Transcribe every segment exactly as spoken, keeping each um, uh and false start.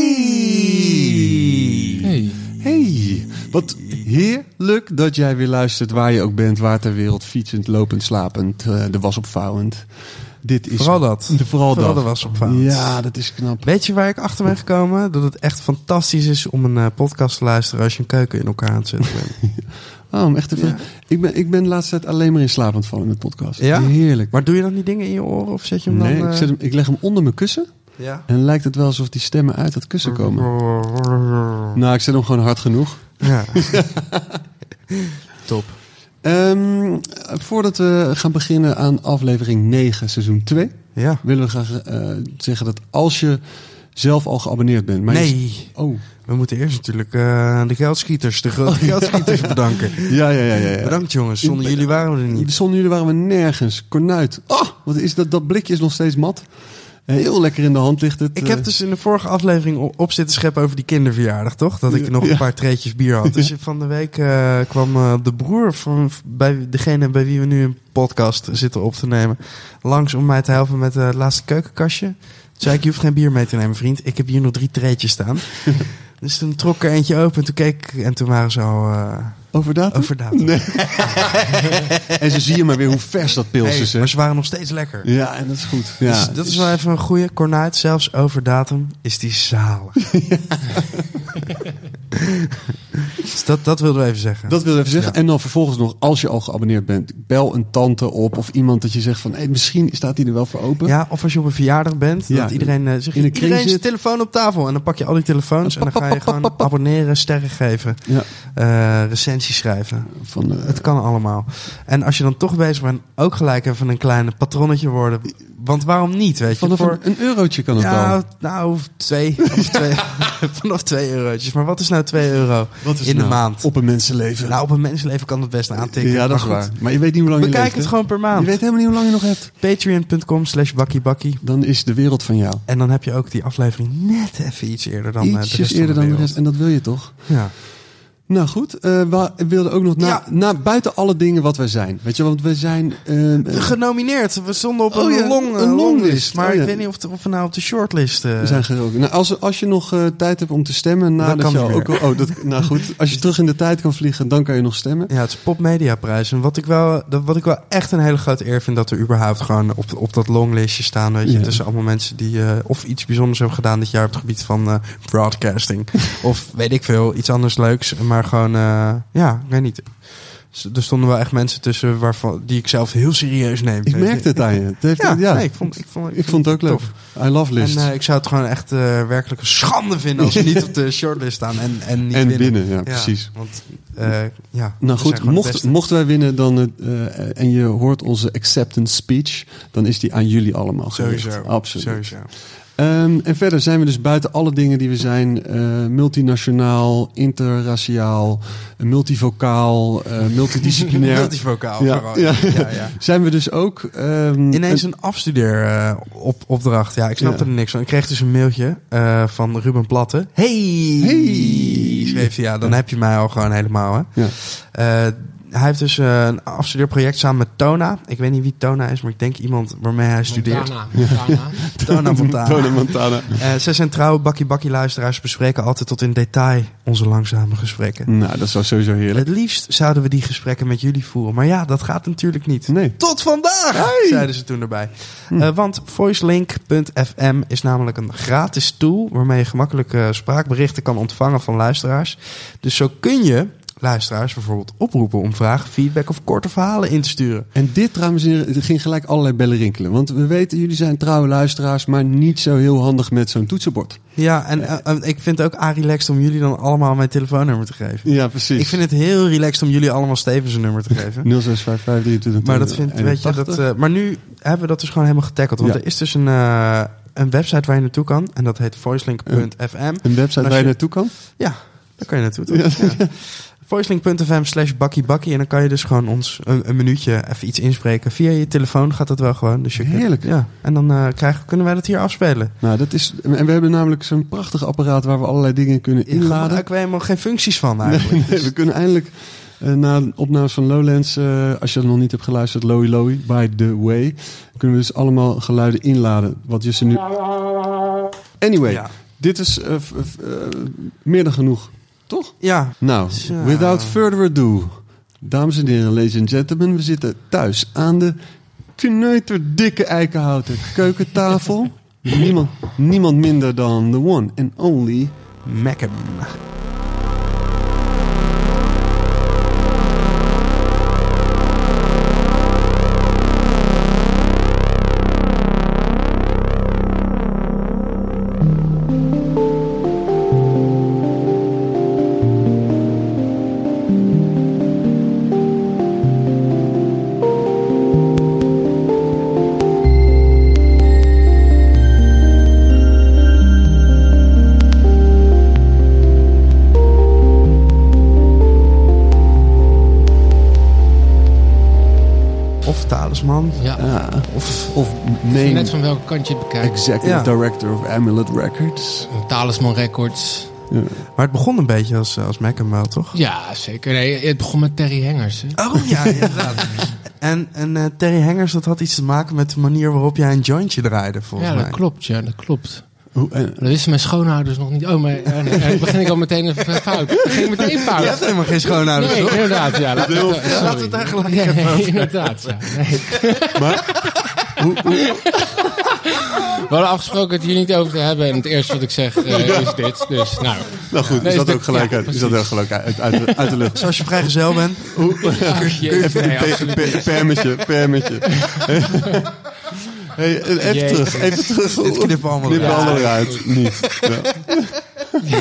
Hey! Hey! Wat heerlijk dat jij weer luistert waar je ook bent, waar ter wereld, fietsend, lopend, slapend, uh, de was opvouwend. Dit is vooral dat. De, vooral, vooral dat. de was opvouwend. Ja, dat is knap. Weet je waar ik achter ben gekomen? Dat het echt fantastisch is om een uh, podcast te luisteren als je een keuken in elkaar aan het zetten bent. Oh, om echt even. Ja. Ik ben, ik ben de laatste tijd alleen maar in slaap aan het vallen met podcast. Ja? Heerlijk. Maar doe je dan die dingen in je oren of zet je hem nee, dan... Uh... ik, zet hem, ik leg hem onder mijn kussen. Ja. En dan lijkt het wel alsof die stemmen uit dat kussen komen. Nou, ik zet hem gewoon hard genoeg. Ja. Top. Um, voordat we gaan beginnen aan aflevering negen, seizoen twee... Ja. willen we graag uh, zeggen dat als je zelf al geabonneerd bent... Maar nee. Je... Oh. We moeten eerst natuurlijk uh, de geldschieters, de grote oh, geldschieters ja. bedanken. Ja, ja, ja, ja, ja. Bedankt jongens, zonder jullie waren we er niet. Zonder jullie waren we nergens. Kornuit. Oh, wat is dat? Dat blikje is nog steeds mat. Heel lekker in de hand ligt het. Ik heb dus in de vorige aflevering op zitten scheppen over die kinderverjaardag, toch? Dat ik nog een paar treetjes bier had. Dus van de week uh, kwam uh, de broer van bij degene bij wie we nu een podcast zitten op te nemen langs om mij te helpen met uh, het laatste keukenkastje. Toen zei ik, je hoeft geen bier mee te nemen, vriend. Ik heb hier nog drie treetjes staan. Dus toen trok ik er eentje open en toen keek ik en toen waren ze al... Uh, Over datum? Over datum. Nee. En zo zie je maar weer hoe vers dat pils hey, is. Hè? Maar ze waren nog steeds lekker. Ja, en dat is goed. Ja. Dus dat is wel even een goede kornuit. Zelfs over datum is die zalig. Ja. Dus dat, dat wilden we even zeggen. Dat wilden we even zeggen. Ja. En dan vervolgens nog, als je al geabonneerd bent, bel een tante op of iemand dat je zegt van, hey, misschien staat die er wel voor open. Ja, of als je op een verjaardag bent, ja, dat iedereen uh, zegt, iedereen zijn telefoon op tafel. En dan pak je al die telefoons en dan ga je gewoon abonneren, sterren geven, ja. uh, recensies schrijven. Van, uh, het kan allemaal. En als je dan toch bezig bent, ook gelijk even een klein patronnetje worden. Want waarom niet, weet je? Vanaf voor een, een eurotje kan het ja, dan. Nou, twee. Of twee vanaf twee eurotjes. Maar wat is nou twee euro wat is in nou de maand? Op een mensenleven. Nou, op een mensenleven kan het best aantikken. Ja, dat is waar. Maar je weet niet hoe lang je leeft. Bekijk het gewoon per maand. Je weet helemaal niet hoe lang je nog hebt. Patreon.com slash bakkiebakkie. Dan is de wereld van jou. En dan heb je ook die aflevering net even iets eerder dan Ietsjes de rest eerder van de dan de rest. En dat wil je toch? Ja. Nou goed, uh, we wilden ook nog na, ja. na buiten alle dingen wat wij zijn. Weet je, want we zijn... Uh, uh, genomineerd. We stonden op oh een, ja, long, een longlist. longlist. Maar oh ja. ik weet niet of, de, of we nou op de shortlist... Uh... We zijn geroken. Nou, als, als je nog uh, tijd hebt om te stemmen... Nadat je ook al, oh, dat, nou goed, als je terug in de tijd kan vliegen, dan kan je nog stemmen. Ja, het is Popmediaprijs. En wat ik wel, wat ik wel echt een hele grote eer vind... dat we überhaupt gewoon op, op dat longlistje staan. Weet je, ja. tussen allemaal mensen die uh, of iets bijzonders hebben gedaan dit jaar... op het gebied van uh, broadcasting. Of weet ik veel, iets anders leuks. Maar gewoon... Uh, Ja, ik weet niet. Er stonden wel echt mensen tussen waarvan, die ik zelf heel serieus neem. Ik merkte het aan je. Het heeft, ja, ja. Nee, ik, vond, ik, vond, ik, ik vond het ook leuk. Tof. I love lists. En uh, ik zou het gewoon echt uh, werkelijk een schande vinden als we niet op de shortlist staan en, en niet en winnen. binnen, ja, ja precies. Want, uh, ja, nou goed, mocht, mochten wij winnen dan, uh, en je hoort onze acceptance speech, dan is die aan jullie allemaal gericht. Sowieso. Absoluut. Sowieso. Um, en verder zijn we dus buiten alle dingen die we zijn, uh, multinationaal, interraciaal, multivocaal, uh, multidisciplinair. multivocaal, ja, vooral. Ja. Ja, ja. Zijn we dus ook... Um, Ineens een afstudeer uh, op, opdracht. Ja, ik snapte ja. er niks van. Ik kreeg dus een mailtje uh, van Ruben Platte. Hey! Hey! Schreef hij, ja, dan ja. heb je mij al gewoon helemaal. Hè? Ja. Uh, hij heeft dus uh, een afstudeerproject samen met Tona. Ik weet niet wie Tona is, maar ik denk iemand waarmee hij studeert. Montana. Montana. Tona Montana. Tona Montana. Uh, zij zijn trouwe bakkie-bakkie luisteraars. Bespreken altijd tot in detail onze langzame gesprekken. Nou, dat is sowieso heerlijk. Het liefst zouden we die gesprekken met jullie voeren. Maar ja, dat gaat natuurlijk niet. Nee. Tot vandaag, hey! Zeiden ze toen erbij. Hm. Uh, want voicelink punt f m is namelijk een gratis tool... waarmee je gemakkelijk uh, spraakberichten kan ontvangen van luisteraars. Dus zo kun je... luisteraars bijvoorbeeld oproepen om vragen, feedback of korte verhalen in te sturen. En dit trouwens, er ging gelijk allerlei bellen rinkelen. Want we weten, jullie zijn trouwe luisteraars, maar niet zo heel handig met zo'n toetsenbord. Ja, en uh, uh, ik vind het ook a-relaxed om jullie dan allemaal mijn telefoonnummer te geven. Ja, precies. Ik vind het heel relaxed om jullie allemaal Stevens een nummer te geven. nul zes vijf vijf drie twee Maar dat vind, weet je, dat, uh, maar nu hebben we dat dus gewoon helemaal getackeld. Want ja. er is dus een... Uh, een website waar je naartoe kan. En dat heet voicelink punt f m. Een website waar je, je naartoe kan? Ja, daar kan je naartoe. Toch? Ja. Ja. voicelink punt f m slash bakkiebakkie. En dan kan je dus gewoon ons een, een minuutje even iets inspreken. Via je telefoon gaat dat wel gewoon. Dus je Heerlijk. Kunt, ja. En dan uh, krijgen, kunnen wij dat hier afspelen. Nou, dat is... En we hebben namelijk zo'n prachtig apparaat waar we allerlei dingen kunnen inladen. Ja, daar hebben we helemaal geen functies van eigenlijk. Nee, nee, we kunnen eindelijk... Uh, na opnames van Lowlands, uh, als je dat nog niet hebt geluisterd, Lowy Lowy, by the way, kunnen we dus allemaal geluiden inladen. Wat je ze nu... Anyway, ja. dit is uh, f, f, uh, meer dan genoeg, toch? Ja. Nou, Zo. without further ado. Dames en heren, ladies and gentlemen. We zitten thuis aan de kneuterdikke eikenhouten keukentafel. niemand, niemand minder dan the one and only Mackem. Man. Ja. Ja. Of, of name, net van welke kant je het bekijkt. Executive ja. Director of Amulet Records. Talisman Records. Ja. Maar het begon een beetje als, als Mackem wel, toch? Ja, zeker. Nee, het begon met Terry Hengers. Hè? Oh ja, inderdaad. en en uh, Terry Hengers, dat had iets te maken met de manier waarop jij een jointje draaide, volgens ja, mij. Ja, dat klopt. Ja, dat klopt. Hoe, uh, dat wisten mijn schoonouders nog niet. Oh, maar uh, nee, begin ik al meteen een fout. Begin ik meteen fout. Je hebt helemaal geen schoonouders, nee, toch? inderdaad, ja. Laat Heel, het, uh, laten we het eigenlijk ja, even nee, inderdaad, ja. Nee. Maar, hoe, hoe? We hadden afgesproken het hier niet over te hebben. En het eerste wat ik zeg uh, is dit. Dus, nou. Nou goed, is dat ook gelijk uit, is dat ook gelijk uit, uit, uit de lucht. Zoals je vrijgezel bent. Hoe, ja, kun je even een permetje, permetje. Hey, even Jee. terug, even terug. Dit knippen allemaal knip ja. allemaal eruit. Niet. Ja.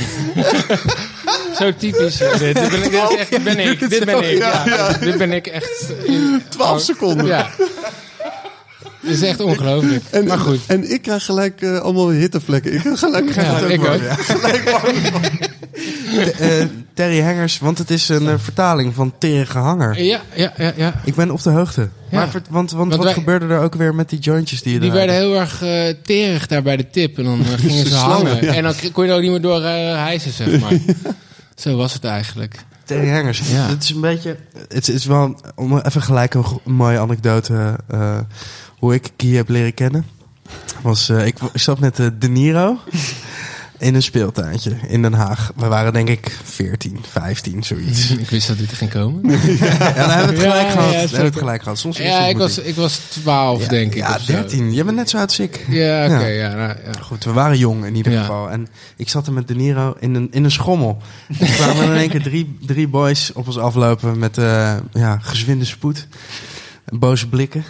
Zo typisch. Dit, dit, ben, dit, is echt, dit ben ik. Dit ben ik. Ja, ja. Dit ben ik echt. Twaalf seconden. Ja. Dit is echt ongelooflijk. En, maar goed. En ik krijg gelijk uh, allemaal hittevlekken. Ik krijg gelijk... Ja, ja, ik ook. Ja. Gelijk uh, Terry Hengers, want het is een uh, vertaling van Terige Hanger. Ja, ja, ja, ja. Ik ben op de hoogte. Ja. Maar, want want, want wat wij, gebeurde er ook weer met die jointjes die je Die daar werden heel erg uh, terig daar bij de tip. En dan uh, gingen ze hangen. Ja. En dan kon je er ook niet meer door uh, hijsen, zeg maar. Zo was het eigenlijk. Terry Hengers. Ja. Het is een beetje... Het is wel... Om even gelijk een, een mooie anekdote... Uh, hoe ik Guy heb leren kennen. Was, uh, ik, ik zat met uh, De Niro... in een speeltuintje in Den Haag. We waren denk ik veertien, vijftien, zoiets. Ik wist dat dit er ging komen. ja, dan hebben we het gelijk ja, gehad. Ja, hebben we het gelijk gehad. Soms ja, ik was, ik was twaalf, ja, denk ik. Ja, dertien. Je bent net zo oud als ik. Ja, oké. Okay, ja. Ja, nou, ja. Goed, we waren jong in ieder ja. geval. En ik zat er met De Niro in een, in een schommel. Er kwamen in één keer drie, drie boys op ons aflopen met uh, ja, gezwinde spoed. Boze blikken.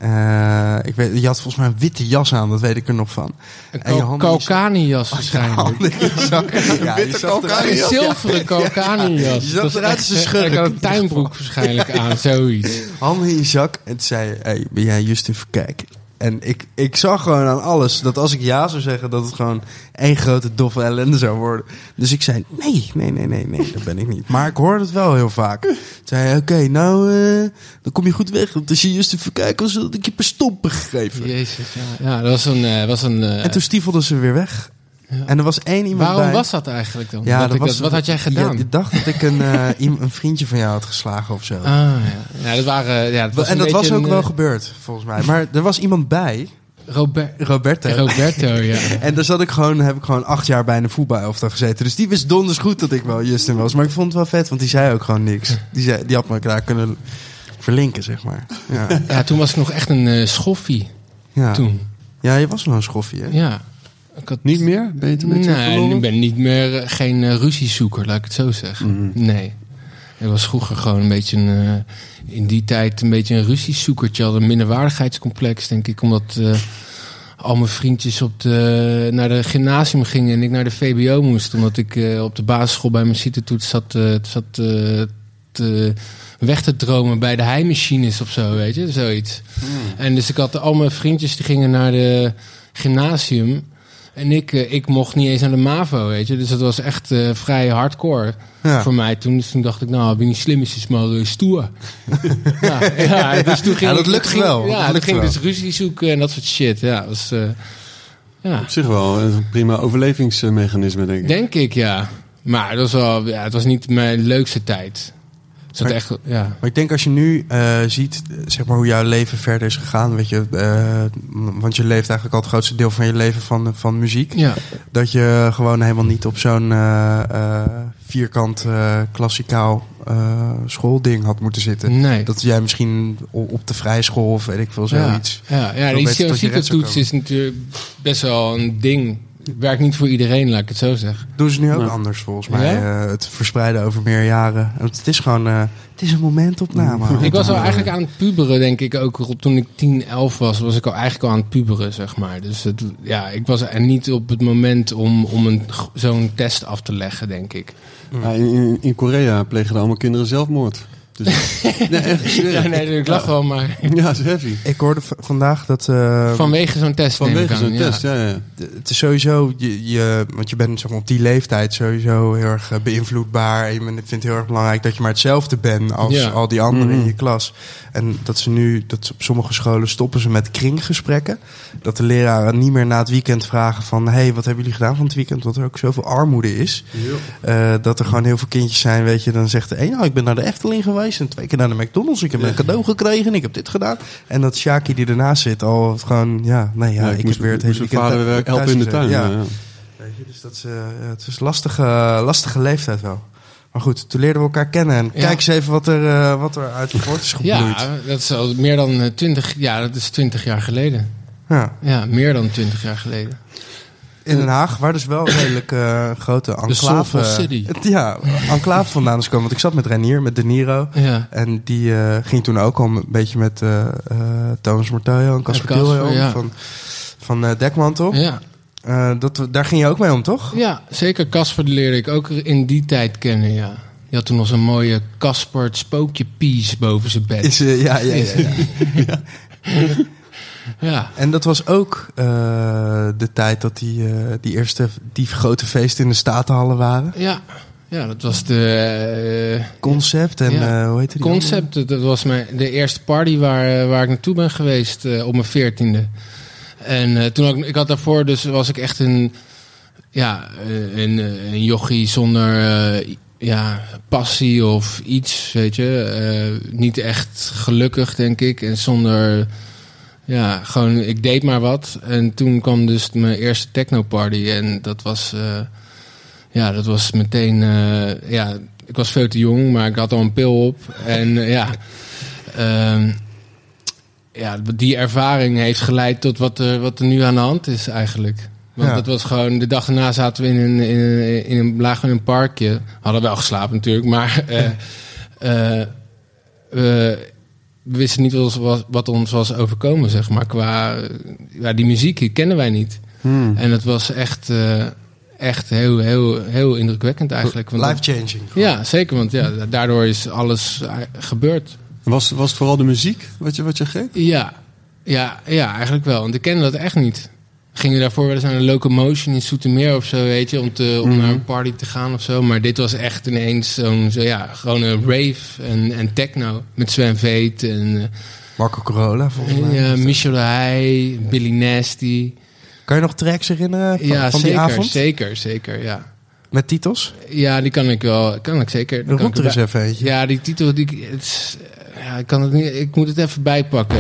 Uh, ik weet, je had volgens mij een witte jas aan, dat weet ik er nog van. Een Kalkani-jas waarschijnlijk. Ja, witte Kalkani-jas. Een zilveren Kalkani-jas. Je zag eruit als een schurk. Ik had een tuinbroek waarschijnlijk aan, zoiets. Handen in je zak en toen zei je, hey, ben jij Justin Verkijk? En ik, ik zag gewoon aan alles dat als ik ja zou zeggen, dat het gewoon één grote doffe ellende zou worden. Dus ik zei, nee, nee, nee, nee, nee, dat ben ik niet. Maar ik hoorde het wel heel vaak. Toen zei hij, oké, okay, nou, uh, dan kom je goed weg. Want als je Justin Verkijk was, had ik je per stompen gegeven. Jezus, ja. Ja, dat was een... Uh, was een uh... En toen stiefelden ze weer weg. Ja. En er was één iemand Waarom bij. was dat eigenlijk dan? Ja, dat dat ik was, dat, wat had jij gedaan? Je dacht dat ik een, uh, een vriendje van jou had geslagen of zo. Ah, ja. Ja, dat waren, ja, dat was en dat was ook een, wel gebeurd, volgens mij. Maar er was iemand bij... Robert, Roberto. Roberto, ja. En daar zat ik gewoon, heb ik gewoon acht jaar bij een voetbalelftal gezeten. Dus die wist donders goed dat ik wel Justin was. Maar ik vond het wel vet, want die zei ook gewoon niks. Die, zei, die had me daar kunnen verlinken, zeg maar. Ja, ja toen was ik nog echt een uh, schoffie. Ja. Toen. Ja, je was wel een schoffie, hè? Ja. Ik had... Niet meer? Ben je het een beetje Nee, verloren? ik ben niet meer uh, geen uh, ruziezoeker, laat ik het zo zeggen. Mm-hmm. Nee. Ik was vroeger gewoon een beetje een... Uh, in die tijd een beetje een ruziezoekertje. Had een minderwaardigheidscomplex, denk ik. Omdat uh, al mijn vriendjes op de, naar de gymnasium gingen en ik naar de V B O moest. Omdat ik uh, op de basisschool bij mijn citetoets zat, uh, zat uh, te, weg te dromen bij de heimachines of zo, weet je. Zoiets. Mm. En dus ik had al mijn vriendjes die gingen naar de gymnasium. En ik, uh, ik mocht niet eens naar de MAVO, weet je. Dus dat was echt uh, vrij hardcore ja. voor mij toen. Dus toen dacht ik, nou, ben je niet slim, is het maar uh, stoer. ja, ja, dus toen ging ja, dat lukt ging, wel. Ja, dat toen ging wel. dus ruzie zoeken en dat soort shit. Ja, dat was, uh, ja. Op zich wel een prima overlevingsmechanisme, denk ik. Denk ik, ja. Maar dat was wel, ja, het was niet mijn leukste tijd. Dus dat Maar- echt, ja. Maar ik denk als je nu uh, ziet, zeg maar, hoe jouw leven verder is gegaan, weet je, uh, want je leeft eigenlijk al het grootste deel van je leven van, van muziek, Ja, dat je gewoon helemaal niet op zo'n uh, uh, vierkant uh, klassikaal uh, schoolding had moeten zitten. nee. Dat jij misschien o- op de vrije school of weet ik veel zoiets. Ja, ja, ja Veel die beter tot je red zou toets is natuurlijk best wel een ding. Werkt niet voor iedereen, laat ik het zo zeggen. Doen ze nu ook Ja. anders volgens mij. Ja? Uh, het verspreiden over meer jaren. En Het is gewoon, uh, het is een momentopname. Ik was al eigenlijk aan het puberen, denk ik ook. Toen ik tien, elf was, was ik al eigenlijk al aan het puberen, zeg maar. Dus het, ja, ik was er niet op het moment om, om een, zo'n test af te leggen, denk ik. Ja, in, in, in Korea plegen allemaal kinderen zelfmoord. Dus, nee, echt serieus. Ja, nee, ik lach wel, maar Ja, dat is heavy. Ik hoorde v- vandaag dat... uh, vanwege zo'n test neem ik Vanwege aan, zo'n ja. test, ja, ja. d- het is sowieso, je, je, want je bent zeg maar, op die leeftijd sowieso heel erg uh, beïnvloedbaar. En je bent- vindt het heel erg belangrijk dat je maar hetzelfde bent als Ja. al die anderen Mhm. in je klas. En dat ze nu, dat ze op sommige scholen stoppen ze met kringgesprekken. Dat de leraren niet meer na het weekend vragen van, hé, hey, wat hebben jullie gedaan van het weekend? Want er ook zoveel armoede is. Uh, dat er gewoon heel veel kindjes zijn, weet je. Dan zegt de een, nou, ik ben naar de Efteling geweest en twee keer naar de McDonald's. Ik heb een cadeau gekregen en ik heb dit gedaan. En dat Shaki die ernaast zit al gewoon, ja, nee, ja, Ja, ik, ik heb moest, weer het hele moest weekend mijn vader thu- helpen in de thuis tuin. gezeten. Ja. Ja. Weet je, dus dat is, uh, ja, het is een lastige, lastige leeftijd wel. Maar goed, toen leerden we elkaar kennen. En Ja. kijk eens even wat er, uh, wat er uit voort is gebloeid. Ja, dat is al meer dan twintig jaar. Dat is twintig jaar geleden. Ja. Ja, meer dan twintig jaar geleden. In Den Haag, waar dus wel een redelijk uh, grote enclave... Soulful City. Ja, enclave vandaan is komen. Want ik zat met Reinier, met De Niro. Ja. En die uh, ging toen ook al een beetje met uh, uh, Thomas Mortello en Casper Casper, Kiljo om. ja. Van, van uh, Dekmantel. Ja. Uh, dat, daar ging je ook mee om, toch? Ja, zeker. Casper leerde ik ook in die tijd kennen, ja. Je had toen nog zo'n mooie Casper het spookje piece boven zijn bed. Is, uh, ja, ja, ja. ja. Ja. En dat was ook uh, de tijd dat die, uh, die eerste die grote feesten in de Statenhallen waren. Ja. Ja, dat was de... Uh, Concept en ja. uh, hoe heette die? Concept, andere? Dat was mijn, de eerste party waar, waar ik naartoe ben geweest uh, op mijn veertiende. En uh, toen ook, ik had daarvoor dus was ik echt een, ja, een, een jochie zonder uh, ja, passie of iets, weet je. Uh, niet echt gelukkig, denk ik. En zonder, ja, gewoon, ik deed maar wat. En toen kwam dus mijn eerste technoparty en dat was, uh, ja, dat was meteen, uh, ja, ik was veel te jong, maar ik had al een pil op. En uh, ja, uh, ja, die ervaring heeft geleid tot wat er, wat er nu aan de hand is eigenlijk. Want Ja. dat was gewoon, de dag daarna zaten we in een, in een, in een, lagen we in een parkje. Hadden wel geslapen natuurlijk, maar uh, uh, we, we wisten niet wat, wat, wat ons was overkomen, zeg maar. Qua, ja, die muziek die kennen wij niet. Hmm. En het was echt, uh, echt heel, heel, heel indrukwekkend eigenlijk. Want Life-changing. ja, zeker, want ja, daardoor is alles uh, gebeurd. Was, was het vooral de muziek wat je, wat je greep? Ja, ja, ja, eigenlijk wel. Want ik kende dat echt niet. Gingen we daarvoor wel eens aan een Locomotion in Zoetermeer of zo, weet je, om, te, om Mhm. naar een party te gaan of zo. Maar dit was echt ineens zo'n, zo, ja, gewoon een rave en, en techno. Met Sven Veet en uh, Marco Corolla, volgens mij. ja, Michel de Heij, Billy Nasty. Kan je nog tracks herinneren van, Ja, van zeker, die avond? zeker, zeker, ja. Met titels? Ja, die kan ik wel, kan ik zeker. die kan Roep ik er eens erbij- even eentje. Ja, die titel, die, het is, ja, ik kan het niet, ik moet het even bijpakken.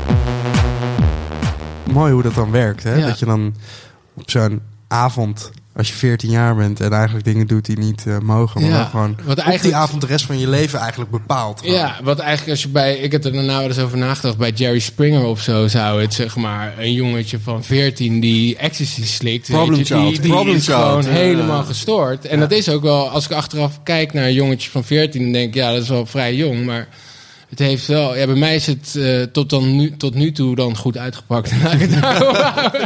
Mooi hoe dat dan werkt, hè? Ja. Dat je dan op zo'n avond als je veertien jaar bent en eigenlijk dingen doet die niet uh, mogen. Maar Ja, wel gewoon wat op eigenlijk- die avond de rest van je leven eigenlijk bepaalt. gewoon. Ja, wat eigenlijk als je bij... Ik heb er daarna wel eens over nagedacht. Bij Jerry Springer of zo zou het, zeg maar... Een jongetje van veertien die ecstasy slikt. weet Problem je, child, Die, die problem is child, gewoon ja. helemaal gestoord. En dat is ook wel... Als ik achteraf kijk naar een jongetje van veertien... dan denk ik, ja, dat is wel vrij jong. Maar het heeft wel... Ja, bij mij is het uh, tot, dan nu, tot nu toe dan goed uitgepakt. Laat ik het daarop houden.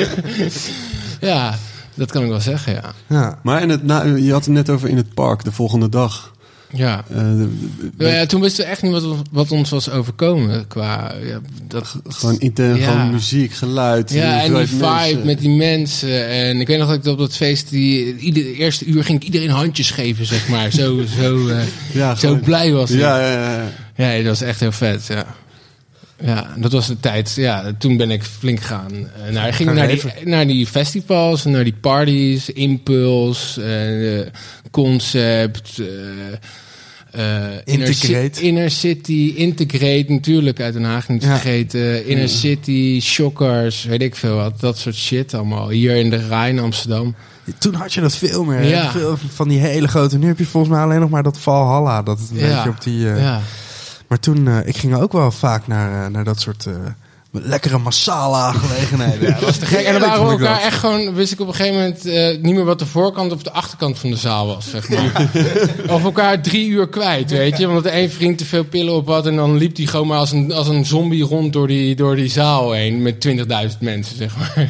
Ja, dat kan ik wel zeggen, ja. Ja. Maar in het, nou, je had het net over in het park de volgende dag. Ja. Uh, de- de- Ja, toen wisten we echt niet wat, wat ons was overkomen qua... Ja, dat, Gewoon, inter, Ja. gewoon muziek, geluid. Ja, en die hoeveelheid vibe mensen. met die mensen. En ik weet nog dat ik op dat feest... Die, ieder, de eerste uur ging ik iedereen handjes geven, zeg maar. Zo, zo, uh, Ja, zo gewoon- blij was ik. Ja, ja, ja, ja. Ja, dat was echt heel vet, ja. Ja, dat was de tijd. Ja, toen ben ik flink gaan. Uh, naar, ging Gaan naar, die, leven. naar die festivals, naar die parties, Impuls, uh, Concept, uh, uh, Inner, Integrate. Ci- Inner City, Integrate natuurlijk uit Den Haag niet Ja. vergeten. Inner City, Shockers, weet ik veel wat. Dat soort shit allemaal. Hier in de Rijn, Amsterdam. Toen had je dat veel meer. Ja. hè? Veel van die hele grote. Nu heb je volgens mij alleen nog maar dat Valhalla. Dat het een Ja. beetje op die... uh, Ja. Maar toen, uh, ik ging ook wel vaak naar, uh, naar dat soort uh, lekkere massala gelegenheden. Ja, dat was te Gek, en dan waren we vond ik elkaar dat. echt gewoon, wist ik op een gegeven moment uh, niet meer wat de voorkant of de achterkant van de zaal was, zeg maar. Of elkaar drie uur kwijt, weet je. Omdat de een vriend te veel pillen op had en dan liep hij gewoon maar als een, als een zombie rond door die, door die zaal heen met twintigduizend mensen, zeg maar.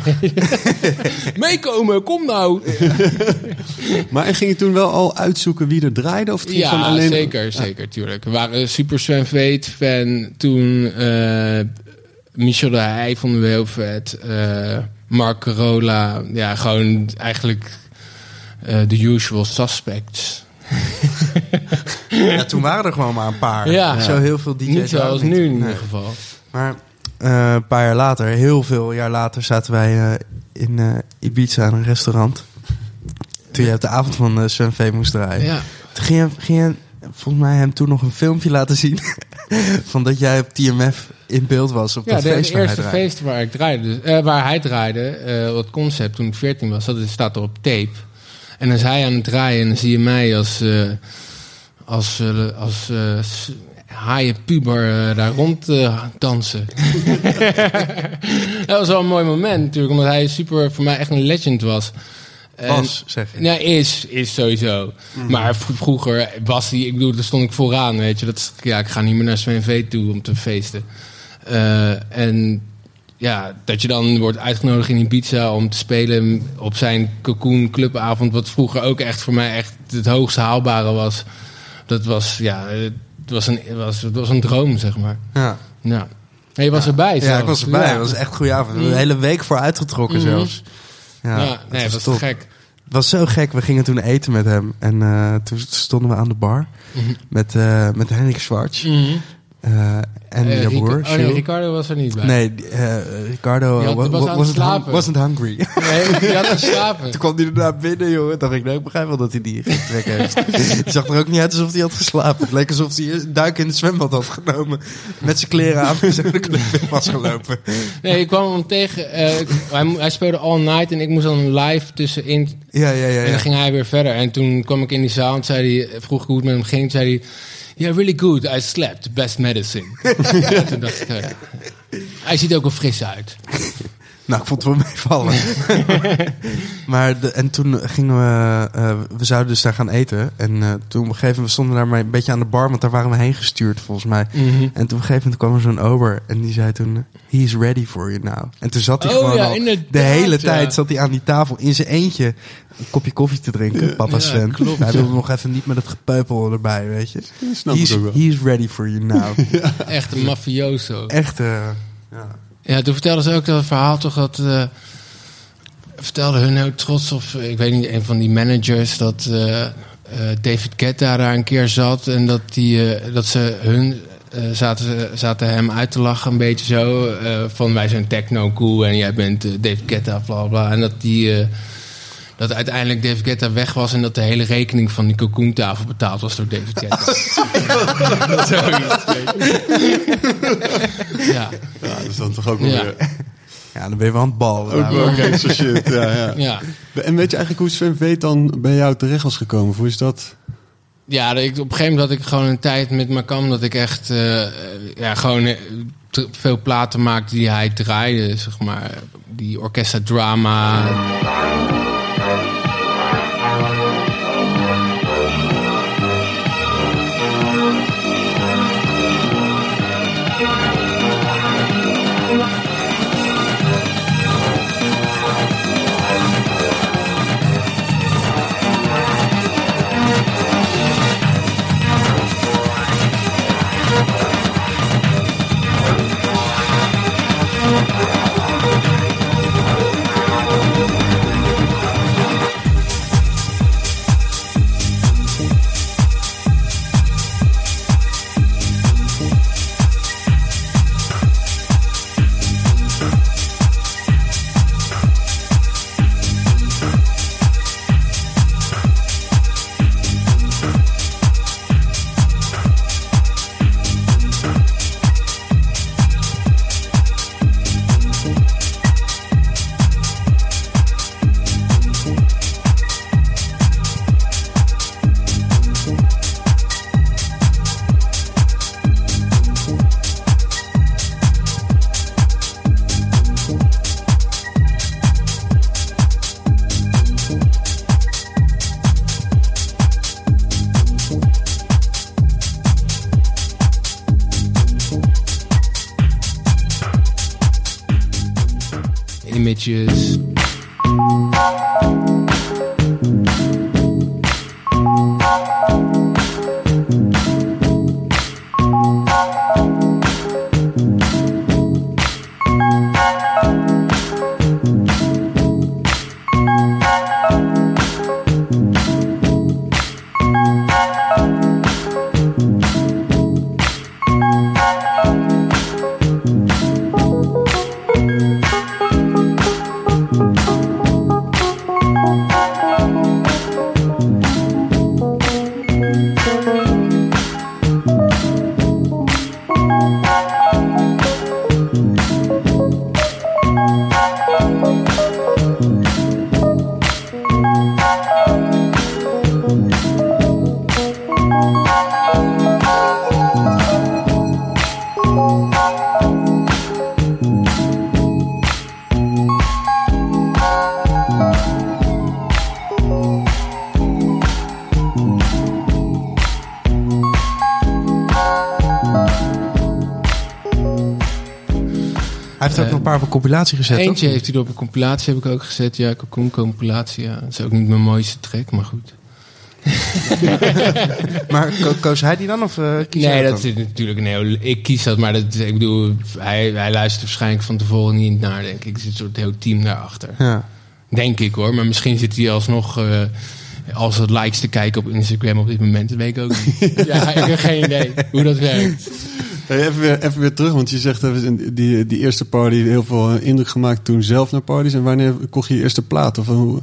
Meekomen, kom nou! Maar en ging je toen wel al uitzoeken wie er draaide? Of het ging gewoon Ja, alleen... zeker, zeker, tuurlijk. We waren super Sven Veet fan. Toen uh, Michel de Heij vonden we heel vet. Uh, Mark Carola. Ja, gewoon eigenlijk uh, the usual suspects. Ja, toen waren er gewoon maar een paar. Ja. Zo heel veel D J's. Niet zoals waren er nu in niet. ieder Nee. geval. Maar uh, een paar jaar later, heel veel jaar later, zaten wij uh, in uh, Ibiza in een restaurant. Toen je op de avond van uh, Sven V moest draaien. Ja. Toen ging je, ging je volgens mij hem toen nog een filmpje laten zien. Van dat jij op T M F in beeld was op Ja, dat de, feest de waar hij eerste draaide. feest waar ik draaide, dus, uh, waar hij draaide, uh, wat concept toen ik veertien was, dat is- staat er op tape. En dan is hij aan het draaien en dan zie je mij als, uh, als, uh, als uh, s- haaien puber uh, daar rond uh, dansen. Dat was wel een mooi moment natuurlijk, omdat hij super voor mij echt een legend was. En- Was, zeg je. Nee, is, is sowieso. Maar v- vroeger was hij, ik bedoel, daar stond ik vooraan, weet je. Dat, ja, ik ga niet meer naar Sven V toe om te feesten. Uh, en ja, dat je dan wordt uitgenodigd in Ibiza om te spelen op zijn Cocoon clubavond, wat vroeger ook echt voor mij echt het hoogst haalbare was. Dat was, ja, het was een, het was, het was een droom, zeg maar. Ja. Ja. En je was erbij Ja, zelfs. ik was erbij. Ja. Het was echt een goede avond. We hebben een hele week voor uitgetrokken Mhm. zelfs. Ja, Ja, nee, dat was top. te gek. Het was zo gek. We gingen toen eten met hem. En uh, toen stonden we aan de bar. Mhm. Met, uh, met Henrik Schwartz. Mhm. Uh, en Uh, jouw Rico- broer, oh nee, Jules. Ricardo was er niet bij. Nee, uh, Ricardo Die had- wa- was wa- aan het wasn't, hung- slapen. wasn't hungry. Nee, die had geslapen. Toen kwam hij daarna binnen, jongen. Dacht ik, nee, ik begrijp wel dat hij die geen trek heeft. Hij zag er ook niet uit alsof hij had geslapen. Het leek alsof hij een duik in het zwembad had genomen. Met zijn kleren aan en zo de club in was gelopen. Nee, ik kwam hem tegen. Uh, hij, hij speelde all night en ik moest dan live tussenin. Ja, ja, ja. En ja. dan ging hij weer verder. En toen kwam ik in die zaal en zei hij, vroeg ik hoe het met hem ging. Toen zei hij, yeah, really good. I slept. Best medicine. En toen dacht ik, uh, hij ziet ook wel fris uit. Nou, ik vond het wel meevallen. Maar de, en toen gingen we... Uh, we zouden dus daar gaan eten. En uh, toen op een gegeven moment stonden we daar maar een beetje aan de bar. Want daar waren we heen gestuurd, volgens mij. Mm-hmm. En toen op een gegeven moment kwam er zo'n ober. En die zei toen... He's ready for you now. En toen zat hij Oh, gewoon ja, al... inderdaad, De hele ja. tijd zat hij aan die tafel in zijn eentje... een kopje koffie te drinken. Papa Ja, Sven. klopt, Hij ja. wilde nog even niet met het gepeupel erbij, weet je. Snap He's, ik ook wel. he's ready for you now. Echt een mafioso. Echt... Uh, ja. Ja, toen vertelden ze ook dat verhaal toch dat... Uh, vertelde hun heel trots of... Ik weet niet, een van die managers... dat uh, uh, David Guetta daar een keer zat... en dat, die, uh, dat ze hun... Uh, zaten, zaten hem uit te lachen een beetje zo... Uh, van wij zijn techno cool en jij bent uh, David Guetta, bla bla. En dat die... Uh, dat uiteindelijk David Guetta weg was... en dat de hele rekening van die Cocoon-tafel betaald was door David Guetta. Zoiets, weet je. Ja. Ja, dat is dan toch ook wel Ja. weer... Ja, Ja, dan ben je wel aan het ballen. Ook wel gangster shit, ja, ja. Ja. En weet je eigenlijk hoe Sven Veet dan bij jou terecht was gekomen? Hoe is dat? Ja, ik, op een gegeven moment had ik gewoon een tijd met Makam dat ik echt uh, ja, gewoon uh, te, veel platen maakte die hij draaide, zeg maar. Die Orchestra Drama. Images. Hij heeft ook nog een paar op een compilatie gezet. Eentje toch? heeft hij er op een compilatie, heb ik ook gezet. Ja, Cocoon compilatie. Ja. Dat is ook niet mijn mooiste track, maar goed. Maar ko- koos hij die dan? Of uh, kies Nee, jij dat dan? is natuurlijk een heel... Ik kies dat, maar dat, ik bedoel, hij, hij luistert waarschijnlijk van tevoren niet naar, denk ik. Er zit een soort heel team daarachter. Ja. Denk ik hoor, maar misschien zit hij alsnog... Uh, als het likes te kijken op Instagram op dit moment, dat weet ik ook niet. Ja, ik heb geen idee hoe dat werkt. Hey, even, weer, even weer terug, want je zegt even, die, die eerste party heel veel indruk gemaakt toen zelf naar parties. En wanneer kocht je je eerste plaat? Of hoe?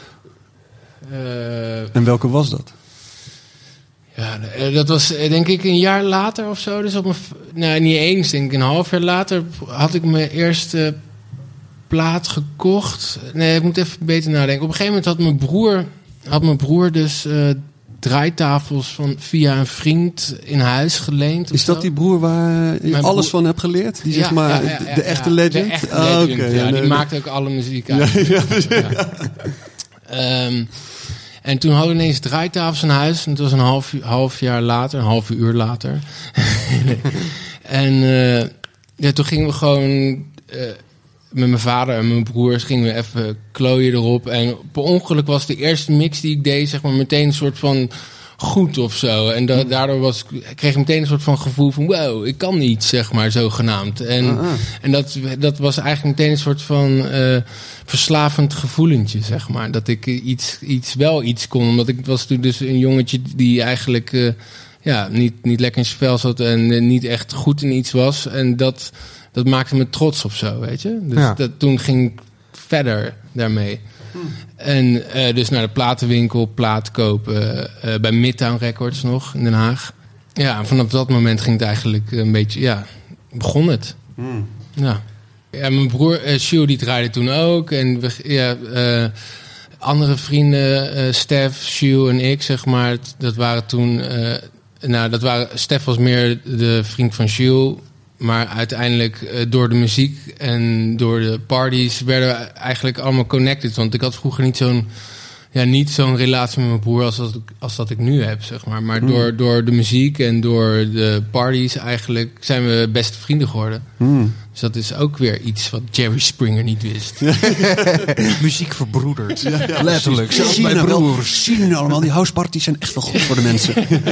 Uh, en welke was dat? Ja, dat was denk ik een jaar later of zo. Dus op mijn, nou, niet eens, denk ik een half jaar later had ik mijn eerste plaat gekocht. Nee, ik moet even beter nadenken. Op een gegeven moment had mijn broer, had mijn broer dus uh, draaitafels van via een vriend in huis geleend. Is dat zo. die broer waar je Mijn alles broer... van hebt geleerd? Die ja, zeg maar ja, ja, ja, de echte ja, legend? De echte ah, legend, okay, ja. ja, Die nee, maakte ook alle muziek uit. Ja, ja, ja. Ja. Um, en toen hadden we ineens draaitafels in huis. En het was een half, half jaar later, een half uur later. en uh, ja, toen gingen we gewoon... Uh, met mijn vader en mijn broers gingen we even klooien erop. En per ongeluk was de eerste mix die ik deed, zeg maar, meteen een soort van goed of zo. En da- daardoor was, kreeg ik meteen een soort van gevoel van, wow, ik kan niet, zeg maar, zogenaamd. En, Uh-huh. en dat, dat was eigenlijk meteen een soort van uh, verslavend gevoelentje, zeg maar. Dat ik iets, iets wel iets kon. Omdat ik was toen dus een jongetje die eigenlijk uh, ja, niet, niet lekker in zijn vel zat en uh, niet echt goed in iets was. En dat... Dat maakte me trots of zo, weet je. Dus ja. dat, toen ging ik verder daarmee. Hmm. En uh, dus naar de platenwinkel, plaat kopen. Uh, bij Midtown Records nog, in Den Haag. Ja, en vanaf dat moment ging het eigenlijk een beetje... Ja, begon het. Hmm. Ja. ja, mijn broer uh, Sjoe, die draaide toen ook. En we, ja, uh, andere vrienden, uh, Stef, Sjoe en ik, zeg maar. Dat waren toen... Uh, nou, dat waren, Stef was meer de vriend van Sjoe. Maar uiteindelijk uh, door de muziek en door de parties werden we eigenlijk allemaal connected. Want ik had vroeger niet zo'n... Ja, niet zo'n relatie met mijn broer als dat ik, als dat ik nu heb, zeg maar. Maar mm. door, door de muziek en door de parties eigenlijk zijn we beste vrienden geworden. Mm. Dus dat is ook weer iets wat Jerry Springer niet wist. Muziek verbroedert. Ja, ja, letterlijk. Zelfs mijn broers. Zien jullie allemaal, die houseparties zijn echt wel goed voor de mensen.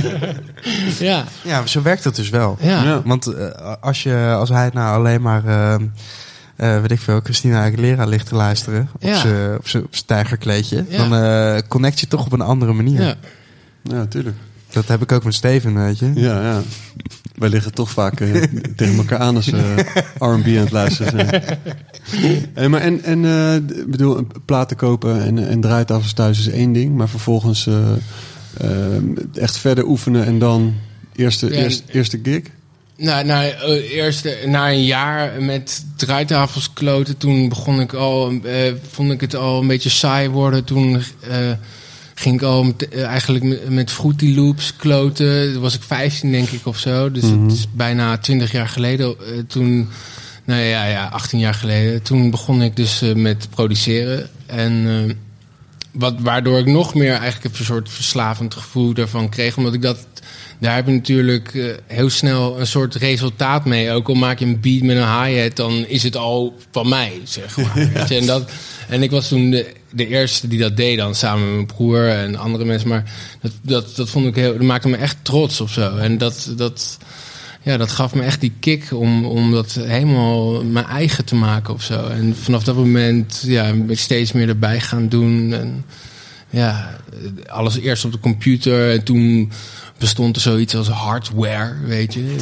ja. ja, zo werkt het dus wel. Ja. Ja. Want uh, als, je, als hij nou alleen maar... Uh, Uh, weet ik veel, Christina Aguilera ligt te luisteren op ja. zijn op zijn tijgerkleedje, ja. dan uh, connect je toch op een andere manier. Ja, ja tuurlijk. Dat heb ik ook met Steven, weet je. Ja, ja. Wij liggen toch vaak uh, tegen elkaar aan als uh, R en B aan het luisteren zijn. Hey, maar en, en uh, bedoel, platen kopen en, en draaitafels thuis is één ding, maar vervolgens uh, uh, echt verder oefenen en dan eerste, ja, eerst, eerste gig? Nou, nou uh, eerst uh, na een jaar met draaitafels kloten, toen begon ik al, uh, vond ik het al een beetje saai worden. Toen uh, ging ik al met, uh, eigenlijk met, met Fruity Loops kloten. Toen was ik vijftien, denk ik, of zo. Dus mm-hmm. dat is bijna twintig jaar geleden. Uh, toen, nou ja, ja, achttien jaar geleden. Toen begon ik dus uh, met produceren. En uh, wat, waardoor ik nog meer eigenlijk een soort verslavend gevoel daarvan kreeg. Omdat ik dat... Daar heb je natuurlijk uh, heel snel een soort resultaat mee. Ook al maak je een beat met een hi-hat, dan is het al van mij, zeg maar. Weet je? En, dat, en ik was toen de, de eerste die dat deed dan, samen met mijn broer en andere mensen. Maar dat, dat, dat vond ik heel, dat maakte me echt trots of zo. En dat, dat, ja, dat gaf me echt die kick om, om dat helemaal mijn eigen te maken of zo. En vanaf dat moment ja, ben ik steeds meer erbij gaan doen. En ja, alles eerst op de computer en toen... bestond er zoiets als hardware, weet je.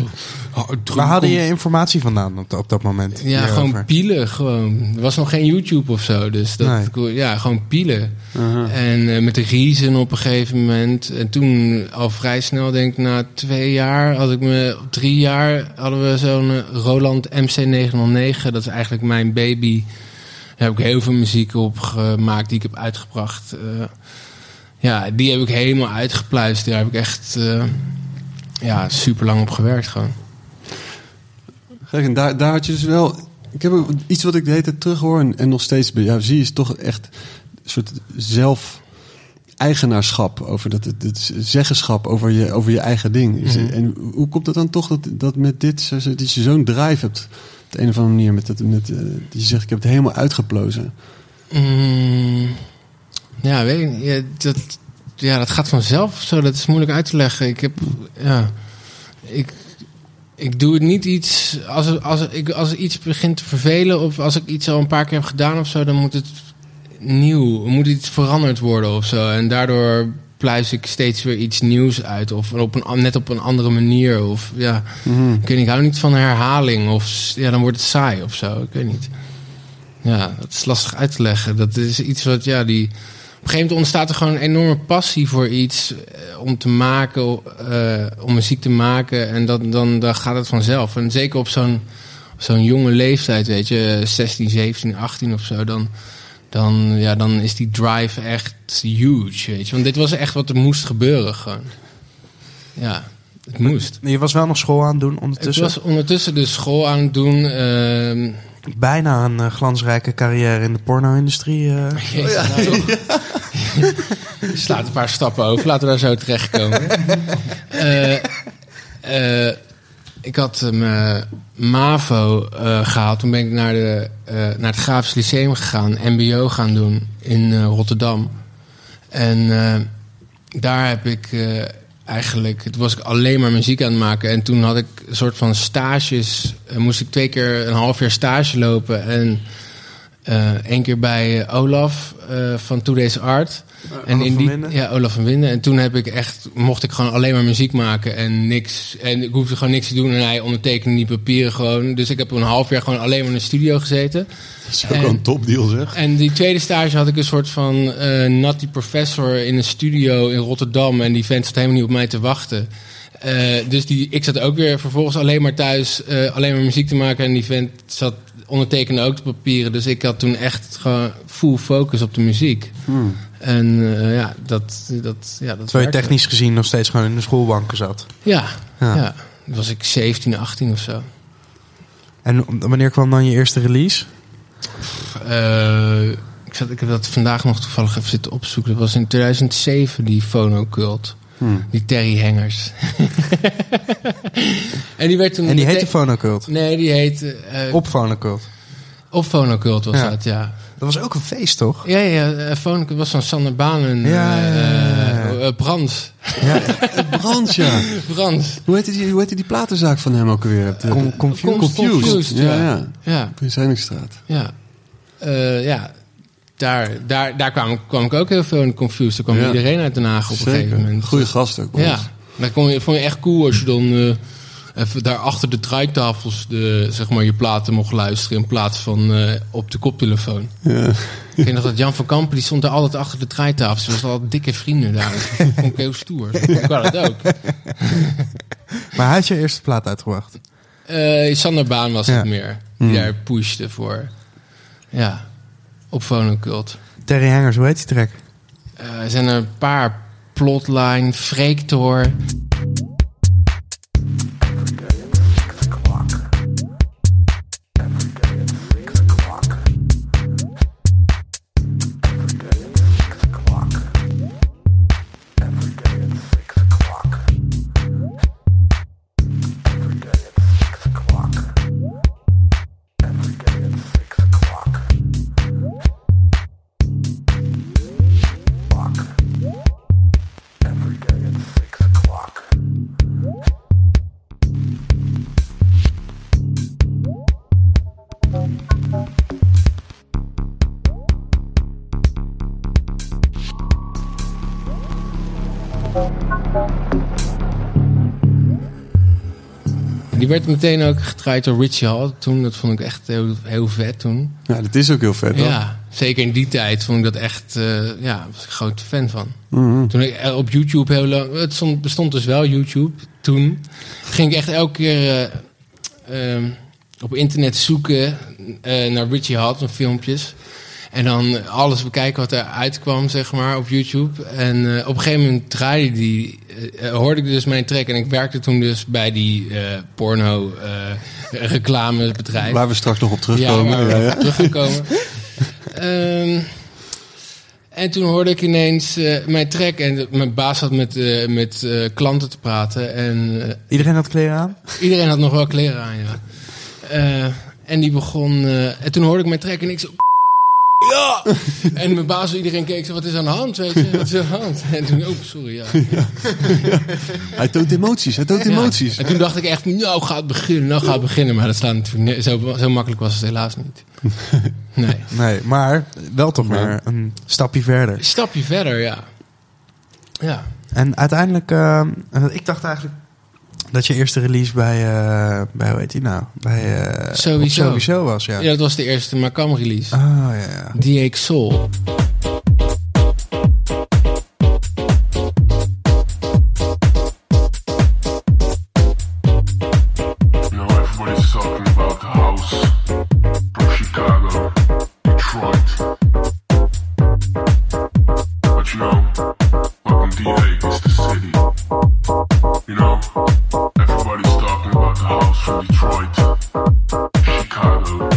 Waar haalde je informatie vandaan op, op dat moment? Ja, hierover? Gewoon pielen. Gewoon. Er was nog geen YouTube of zo. Dus dat, nee. ja, gewoon pielen. Uh-huh. En uh, met de Reason op een gegeven moment. En toen al vrij snel, denk ik, na twee jaar... had ik me, drie jaar hadden we zo'n uh, Roland M C negenhonderdnegen. Dat is eigenlijk mijn baby. Daar heb ik heel veel muziek op gemaakt die ik heb uitgebracht... Uh, Ja, die heb ik helemaal uitgepluist. Daar heb ik echt uh, ja, super lang op gewerkt gewoon. Kijk, en daar, daar had je dus wel... Ik heb iets wat ik de hele tijd terug hoor en, en nog steeds bij jou zie... is toch echt een soort zelf-eigenaarschap over dat het, het zeggenschap over je, over je eigen ding. Is, mm-hmm. En hoe komt het dan toch dat, dat met dit dat je zo'n drive hebt op de een of andere manier? Met dat, met, uh, dat je zegt, ik heb het helemaal uitgeplozen. Mm. Ja, weet ik niet. Ja, dat, ja, dat gaat vanzelf of zo. Dat is moeilijk uit te leggen. Ik heb, ja, ik, ik doe het niet iets... Als, als, ik, als iets begint te vervelen of als ik iets al een paar keer heb gedaan of zo, dan moet het nieuw, moet iets veranderd worden of zo. En daardoor pluis ik steeds weer iets nieuws uit of op een, net op een andere manier. Of ja, mm-hmm. ik weet niet, ik hou niet van herhaling of ja, dan wordt het saai of zo. Ik weet niet. Ja, dat is lastig uit te leggen. Dat is iets wat, ja, die... Op een gegeven moment ontstaat er gewoon een enorme passie voor iets uh, om te maken, uh, om muziek te maken. En dat, dan, dan gaat het vanzelf. En zeker op zo'n, zo'n jonge leeftijd, weet je, zestien, zeventien, achttien of zo, dan, dan, ja, dan is die drive echt huge, weet je. Want dit was echt wat er moest gebeuren gewoon. Ja, het moest. Je was wel nog school aan het doen ondertussen? Ik was ondertussen de school aan het doen... Uh, Bijna een uh, glansrijke carrière in de porno-industrie. Uh. Jezus, oh, ja. Nou, toch? Je slaat een paar stappen over. Laten we daar zo terechtkomen. uh, uh, ik had mijn uh, MAVO uh, gehaald. Toen ben ik naar, de, uh, naar het Grafisch Lyceum gegaan. M B O gaan doen in uh, Rotterdam. En uh, daar heb ik... Uh, Eigenlijk, toen was ik alleen maar muziek aan het maken. En toen had ik een soort van stages. Uh, moest ik twee keer een half jaar stage lopen. En uh, één keer bij uh, Olaf uh, van Today's Art. Uh, en Olaf in die, van Winden? Ja, Olaf van Winden. En toen heb ik echt, mocht ik gewoon alleen maar muziek maken en niks. En ik hoefde gewoon niks te doen. En hij ondertekende die papieren gewoon. Dus ik heb een half jaar gewoon alleen maar in de studio gezeten. Dat is ook en, wel een topdeal, zeg. En die tweede stage had ik een soort van uh, Natty Professor in een studio in Rotterdam. En die vent zat helemaal niet op mij te wachten. Uh, dus die, ik zat ook weer vervolgens alleen maar thuis, uh, alleen maar muziek te maken. En die vent zat ondertekende ook de papieren. Dus ik had toen echt gewoon full focus op de muziek. Hmm. En uh, ja, dat... dat, ja, dat Terwijl je technisch gezien nog steeds gewoon in de schoolbanken zat. Ja, Ja. ja. Dan was ik zeventien, achttien of zo. En wanneer kwam dan je eerste release? Uh, ik, zat, ik heb dat vandaag nog toevallig even zitten opzoeken. Dat was in tweeduizend zeven, die Phonocult. Hmm. Die Terry Hengers. en die werd toen... En die mete- heette Phonocult? Nee, die heette... Uh, Op Phonocult? Op Phonocult was Ja. dat, ja. Dat was ook een feest, toch? Ja, ja, uh, Phonocult was van Sander Baan en Ja, ja, ja, ja. uh, uh, Brands. Ja. Brands, ja. Brands. Hoe heette die, hoe heette die platenzaak van hem ook alweer? De, Com- Confused. Confused. Confused. Ja, ja. ja. Ja, Prins Henningstraat. ja. Uh, ja. Daar, daar, daar kwam, kwam ik ook heel veel in Confused. Daar kwam Ja. iedereen uit Den Haag op een gegeven Zeker. moment. Goeie gast ook. Brands. Ja, dat kon je, vond je echt cool als je dan uh, even daar achter de draaitafels de, zeg maar, je platen mocht luisteren in plaats van uh, op de koptelefoon. Ja. Ik weet nog dat Jan van Kampen, die stond daar altijd achter de draaitafels. Ze was altijd dikke vrienden daar. Dat vond ik heel stoer. Ik wou dat ook. Maar hij had je eerste plaat uitgebracht? Uh, Sander Baan was Ja. het meer. Die Mm. daar pushte voor. Ja, op Phonocult. Terry Hengers, hoe heet die track? Uh, er zijn er een paar. Plotline, Freektor. Die werd meteen ook gedraaid door Richie Hall toen. Dat vond ik echt heel, heel vet toen. Ja, dat is ook heel vet, hoor. Ja, zeker in die tijd vond ik dat echt... Uh, ja, was ik een grote fan van. Mhm. Toen ik op YouTube heel lang... Het stond, bestond dus wel YouTube toen. Ging ik echt elke keer uh, um, op internet zoeken uh, naar Richie Hall filmpjes. En dan alles bekijken wat er uitkwam, zeg maar, op YouTube. En uh, op een gegeven moment draaide die... Uh, hoorde ik dus mijn track. En ik werkte toen dus bij die uh, porno uh, reclamebedrijf. Waar we straks nog op terugkomen. Ja, waar we Ja, ja. op teruggekomen. um, en toen hoorde ik ineens uh, mijn track. En de, mijn baas had met, uh, met uh, klanten te praten. En uh, Iedereen had kleren aan? iedereen had nog wel kleren aan, ja. Uh, en die begon... Uh, en toen hoorde ik mijn track en ik zo... Ja! En mijn baas, iedereen keek zo, wat is aan de hand? Weet je? Wat is aan de hand? En toen, oh, sorry, ja. Ja. Hij toont emoties, hij toont Ja. emoties. En toen dacht ik echt, nou gaat het beginnen, nou gaat het beginnen. Maar dat staat natuurlijk niet, zo, zo makkelijk was het helaas niet. Nee. Nee, maar wel toch weer een stapje verder. Een stapje verder, ja. Ja. En uiteindelijk, uh, ik dacht eigenlijk dat je eerste release bij, uh, bij hoe heet die nou? Bij uh, Sowieso. op Sowieso was, ja. Ja, dat was de eerste Macam release. Ah, ja, ja. D X Soul. Now everybody's talking about the house from Chicago, Detroit. But you know, welcome D A is the city. You know, everybody's talking about the house from Detroit, Chicago.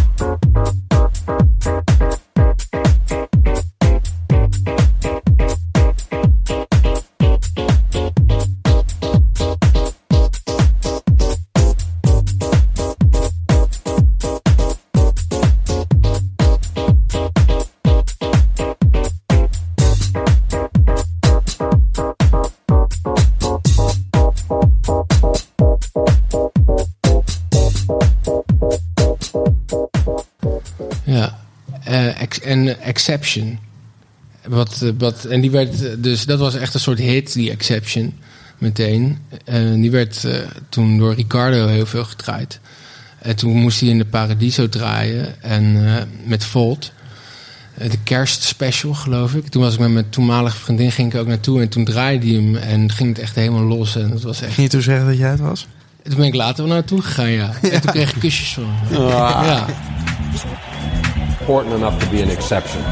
Ja. Uh, ex- en Exception. Wat, uh, wat, en die werd, uh, dus dat was echt een soort hit, die Exception. Meteen. Uh, die werd uh, toen door Ricardo heel veel gedraaid. En toen moest hij in de Paradiso draaien. En uh, met Volt. Uh, de kerstspecial, geloof ik. Toen was ik met mijn toenmalige vriendin, ging ik ook naartoe. En toen draaide hij hem en ging het echt helemaal los. En dat was echt... Ging je toen zeggen dat jij het was? Toen ben ik later wel naartoe gegaan, ja. En toen kreeg ik kusjes van hem. Ja. important enough to be an exception.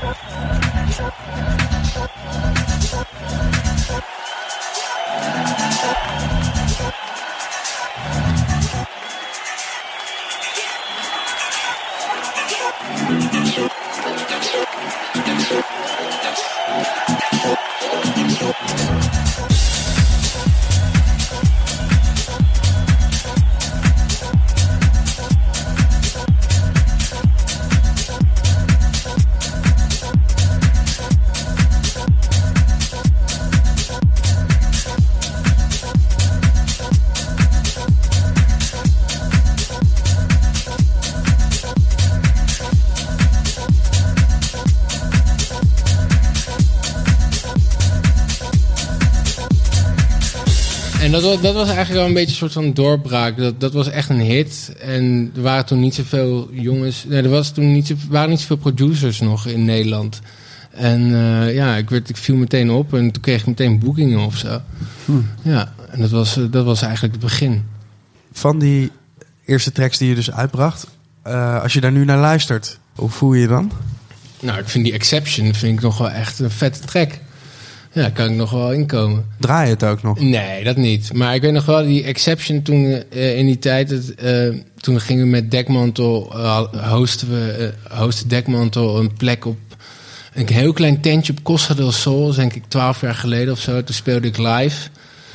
En dat was, dat was eigenlijk wel een beetje een soort van doorbraak. Dat, dat was echt een hit. En er waren toen niet zoveel jongens... Nee, er was toen niet zo, waren niet zoveel producers nog in Nederland. En uh, ja, ik, werd, ik viel meteen op en toen kreeg ik meteen boekingen of zo. Hm. Ja, en dat was, dat was eigenlijk het begin. Van die eerste tracks die je dus uitbracht... Uh, als je daar nu naar luistert, hoe voel je je dan? Nou, ik vind die Exception vind ik nog wel echt een vette track. Ja, daar kan ik nog wel inkomen. Draai je het ook nog? Nee, dat niet. Maar ik weet nog wel, die Exception toen uh, in die tijd... Het, uh, toen gingen we met Dekmantel, uh, hosten we uh, hosten Dekmantel een plek op... Een heel klein tentje op Costa del Sol, denk ik twaalf jaar geleden of zo. Toen speelde ik live.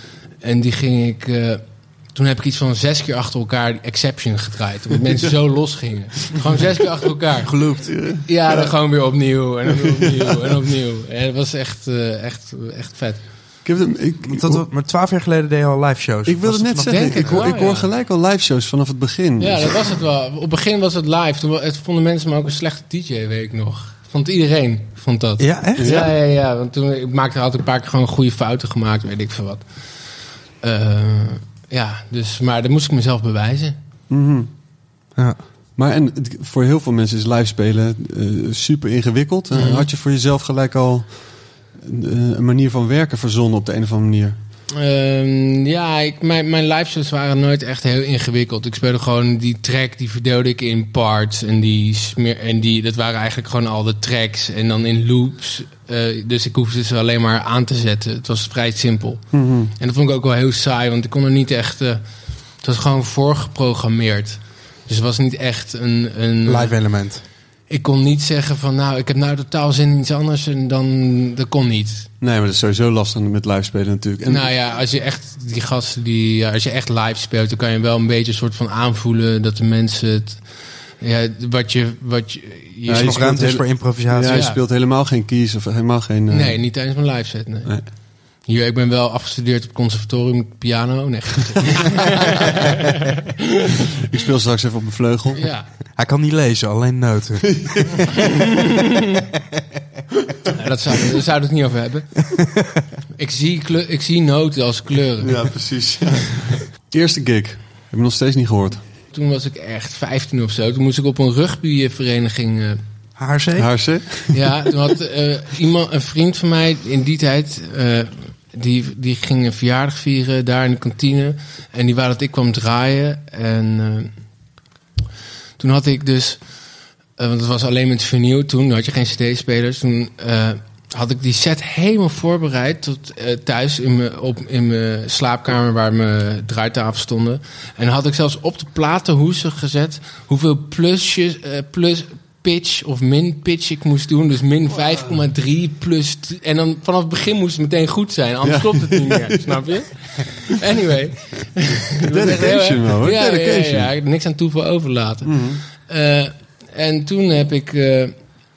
En die ging ik... Uh, toen heb ik iets van zes keer achter elkaar die Exception gedraaid. Omdat mensen zo los gingen. Gewoon zes keer achter elkaar. Geloopt. Ja, dan gewoon weer opnieuw en dan weer opnieuw en opnieuw. En het was echt, uh, echt, echt vet. Ik heb hem, ik, dat, ik, maar twaalf jaar geleden deed je al live shows. Ik wilde net zeggen, ik, ik, hoor, ik hoor ja. gelijk al live shows vanaf het begin. Ja, dat was het wel. Op het begin was het live. Toen het vonden mensen me ook een slechte D J, weet ik nog. Vond iedereen, vond dat. Ja, echt? Ja, ja, ja. Want toen, ik maakte altijd een paar keer gewoon goede fouten gemaakt, weet ik veel wat. Uh, ja, dus, maar dat moest ik mezelf bewijzen. Mm-hmm. Ja. Maar en voor heel veel mensen is live spelen uh, super ingewikkeld. Mm-hmm. Uh, had je voor jezelf gelijk al uh, een manier van werken verzonnen op de een of andere manier? Um, ja, ik, mijn, mijn live shows waren nooit echt heel ingewikkeld. Ik speelde gewoon die track, die verdeelde ik in parts. En, die smeer, en die, dat waren eigenlijk gewoon al de tracks. En dan in loops. Uh, dus ik hoefde ze alleen maar aan te zetten. Het was vrij simpel. Mm-hmm. En dat vond ik ook wel heel saai. Want ik kon er niet echt... Uh, het was gewoon voorgeprogrammeerd. Dus het was niet echt een... een live element. Ik kon niet zeggen van, nou, ik heb nou totaal zin in iets anders en dan, dat kon niet. Nee, maar dat is sowieso lastig met live spelen natuurlijk. En nou ja, als je echt die gasten die, ja, als je echt live speelt, dan kan je wel een beetje een soort van aanvoelen dat de mensen het, ja, wat je, wat je, je, ja, je nog ruimte is voor improvisatie. Ja, je ja. speelt helemaal geen keys of helemaal geen. Uh... Nee, niet tijdens mijn live set. Nee. nee. Hier, ik ben wel afgestudeerd op het conservatorium piano. Nee. Ik speel straks even op mijn vleugel. Ja. Hij kan niet lezen, alleen noten. Ja, dat zou, daar zou ik het niet over hebben. Ik zie, kleur, ik zie noten als kleuren. Ja, precies. Eerste gig. Heb ik nog steeds niet gehoord. Toen was ik echt vijftien of zo. Toen moest ik op een rugbyvereniging... Uh, H R C? H R C? Ja, toen had uh, iemand, een vriend van mij in die tijd... Uh, die, die ging een verjaardag vieren daar in de kantine. En die wou dat ik kwam draaien. En uh, toen had ik dus... Uh, want het was alleen met vinyl toen. had je geen cd-spelers. Toen uh, had ik die set helemaal voorbereid. Tot uh, thuis in mijn, op, in mijn slaapkamer waar mijn draaitafel stonden. En dan had ik zelfs op de platenhoesen gezet... hoeveel plusjes... Uh, plus pitch of min pitch ik moest doen. Dus min vijf komma drie plus... T- en dan vanaf het begin moest het meteen goed zijn. Anders ja. klopt het niet meer. Snap je? Anyway. Dedication wel, hoor. Ja, Dedication. ja, ja, niks aan toeval overlaten. Mm-hmm. Uh, en toen heb ik... Uh, uh,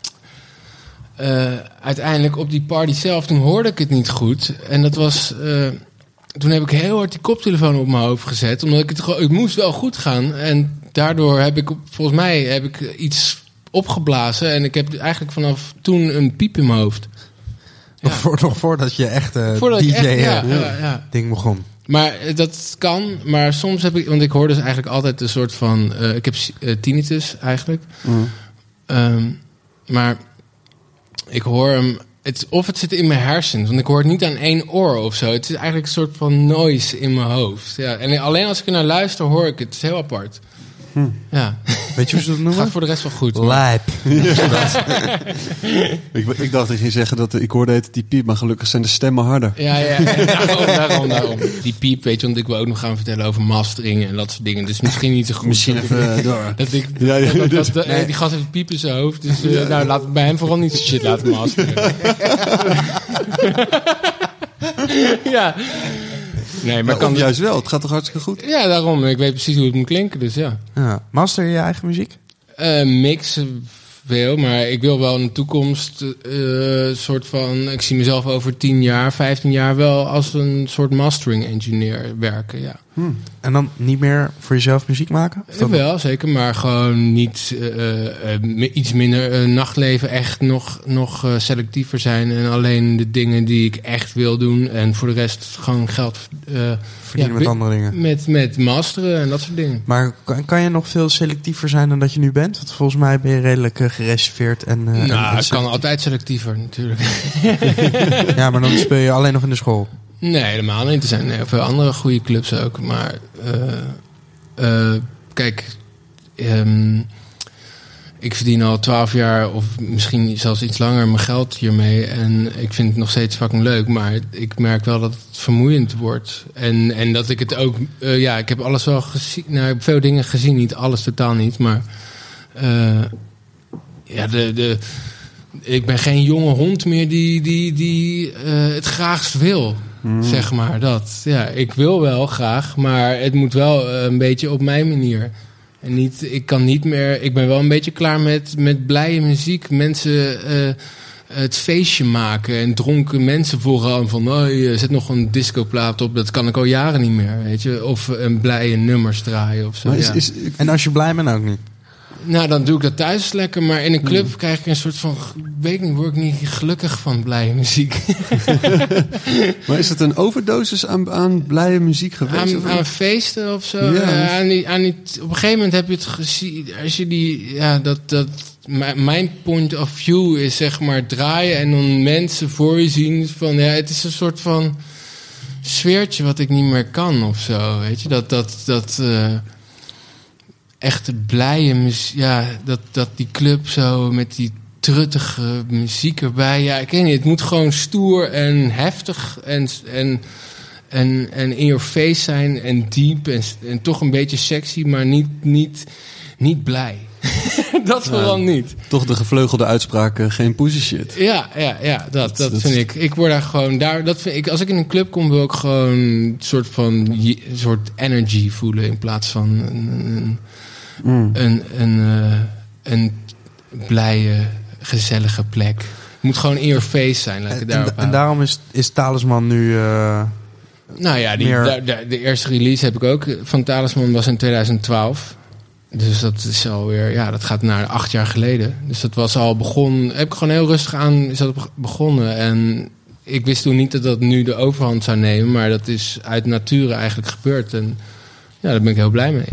uiteindelijk op die party zelf... toen hoorde ik het niet goed. En dat was... Uh, toen heb ik heel hard die koptelefoon op mijn hoofd gezet. Omdat ik het gewoon... Het moest wel goed gaan. En daardoor heb ik... Volgens mij heb ik iets... opgeblazen en ik heb eigenlijk vanaf toen een piep in mijn hoofd. Ja. Nog, voor, nog voordat je echt uh, voordat D J echt, ja, ja, ja, ja. ding begon. Maar dat kan, maar soms heb ik... Want ik hoor dus eigenlijk altijd een soort van... Uh, ik heb uh, tinnitus eigenlijk. Mm. Um, maar ik hoor hem... Het, of het zit in mijn hersens, want ik hoor het niet aan één oor of zo. Het is eigenlijk een soort van noise in mijn hoofd. Ja, en alleen als ik er naar luister hoor ik het. Het is heel apart. Ja. Weet je hoe ze dat noemen? Gaat voor de rest wel goed. maar- Lijp. Ik, ik dacht dat je ging zeggen dat ik hoorde het die piep, maar gelukkig zijn de stemmen harder. Ja, ja, ja, daarom, daarom, daarom. Die piep, weet je, want ik wil ook nog gaan vertellen over mastering en dat soort dingen. Dus misschien niet zo goed. Misschien dat even ik, door. Dat ik, Ja, ja, dat, dus- dat, dat- eh, die gast heeft piep in zijn hoofd. Dus uh, nou, laat bij hem vooral niet zo shit laten masteren. Ja. Nee, maar Maar kan of juist wel, het gaat toch hartstikke goed? Ja, daarom. Ik weet precies hoe het moet klinken, dus ja. Ja. Master je je eigen muziek? Uh, mix veel, maar ik wil wel in de toekomst uh, soort van... Ik zie mezelf over tien jaar, vijftien jaar wel als een soort mastering engineer werken, ja. Hmm. En dan niet meer voor jezelf muziek maken? Of dan- Wel, zeker, maar gewoon niet uh, uh, iets minder uh, nachtleven, echt nog, nog uh, selectiever zijn en alleen de dingen die ik echt wil doen en voor de rest gewoon geld uh, Verdienen ja, met bi- andere dingen. Met, met masteren en dat soort dingen. Maar kan, kan je nog veel selectiever zijn dan dat je nu bent? Want volgens mij ben je redelijk uh, gereserveerd. En, uh, en- nou, en het kan altijd selectiever natuurlijk. Ja, maar dan speel je alleen nog in de school. Nee, helemaal niet. Er zijn heel veel andere goede clubs ook. Maar uh, uh, kijk, um, ik verdien al twaalf jaar of misschien zelfs iets langer mijn geld hiermee. En ik vind het nog steeds fucking leuk. Maar ik merk wel dat het vermoeiend wordt. En, en dat ik het ook... Uh, ja, ik heb alles wel gezien. Nou, ik heb veel dingen gezien. Niet alles, totaal niet. Maar uh, ja, de... de ik ben geen jonge hond meer die, die, die uh, het graagst wil. Mm. Zeg maar dat. Ja, ik wil wel graag, maar het moet wel uh, een beetje op mijn manier. En niet, ik kan niet meer. Ik ben wel een beetje klaar met, met blije muziek. Mensen uh, het feestje maken en dronken mensen vooraan van, oh, je zet nog een discoplaat op. Dat kan ik al jaren niet meer, weet je. Of een blije nummers draaien of zo. Maar is, ja. is, En als je blij bent ook niet? Nou, dan doe ik dat thuis lekker. Maar in een club mm. krijg ik een soort van... Weet ik niet, word ik niet gelukkig van blije muziek. Maar is het een overdosis aan, aan blije muziek geweest? Aan, aan feesten of zo? Ja. Uh, aan die, aan die, op een gegeven moment heb je het gezien... Als je die... Ja, dat... dat mijn point of view is zeg maar draaien... en dan mensen voor je zien van... Ja, het is een soort van sfeertje wat ik niet meer kan of zo. Weet je, dat... dat, dat uh, echte blije muziek, ja, dat, dat die club zo met die truttige muziek erbij. Ja, ik weet niet, het moet gewoon stoer en heftig en, en, en, en in your face zijn en diep en, en toch een beetje sexy, maar niet, niet, niet blij. Dat vooral ja, niet. Toch de gevleugelde uitspraak, uh, geen pussy shit. Ja, ja, ja dat, dat, dat vind ik. Ik word daar gewoon daar. Dat vind ik. Als ik in een club kom, wil ik gewoon een soort van een soort energy voelen in plaats van een, mm. een, een, uh, een blije, gezellige plek. Het moet gewoon in your face zijn. Laat ik het daarop en, en daarom is, is Talisman nu. Uh, nou ja, die, meer... de, de, de eerste release heb ik ook van Talisman was in twintig twaalf. Dus dat is alweer, ja, dat gaat naar acht jaar geleden. Dus dat was al begonnen, heb ik gewoon heel rustig aan, is dat begonnen. En ik wist toen niet dat dat nu de overhand zou nemen, maar dat is uit nature eigenlijk gebeurd. En ja, daar ben ik heel blij mee.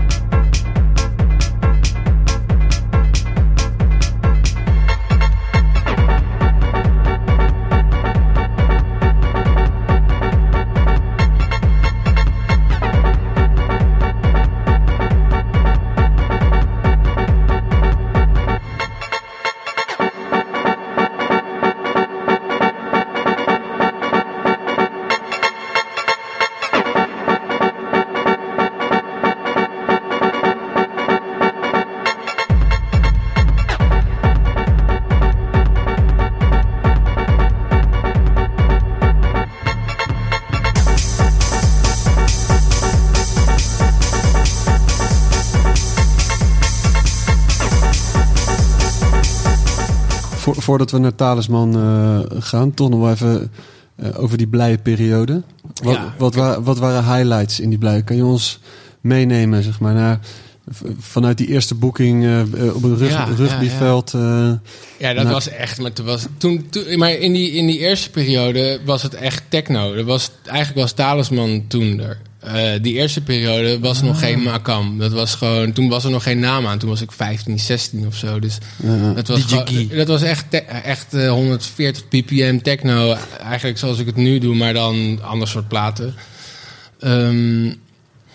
Voordat we naar Talisman uh, gaan, toch nog wel even uh, over die blije periode. Wat, Ja, wat, wa- wat waren highlights in die blije? Kan je ons meenemen, zeg maar, naar, v- vanuit die eerste boeking uh, op het rug, Ja, rugbyveld? Uh, Ja, dat nou, was echt. Maar, toen was, toen, toen, maar in, die, in die eerste periode was het echt techno. Dat was, eigenlijk was Talisman toen er. Uh, die eerste periode was ah. nog geen Makam. Dat was gewoon, toen was er nog geen naam aan. Toen was ik vijftien, zestien of zo. Dus uh, dat, was gewoon, dat was echt, te, echt uh, honderdveertig ppm techno. Eigenlijk zoals ik het nu doe, maar dan ander soort platen. Um,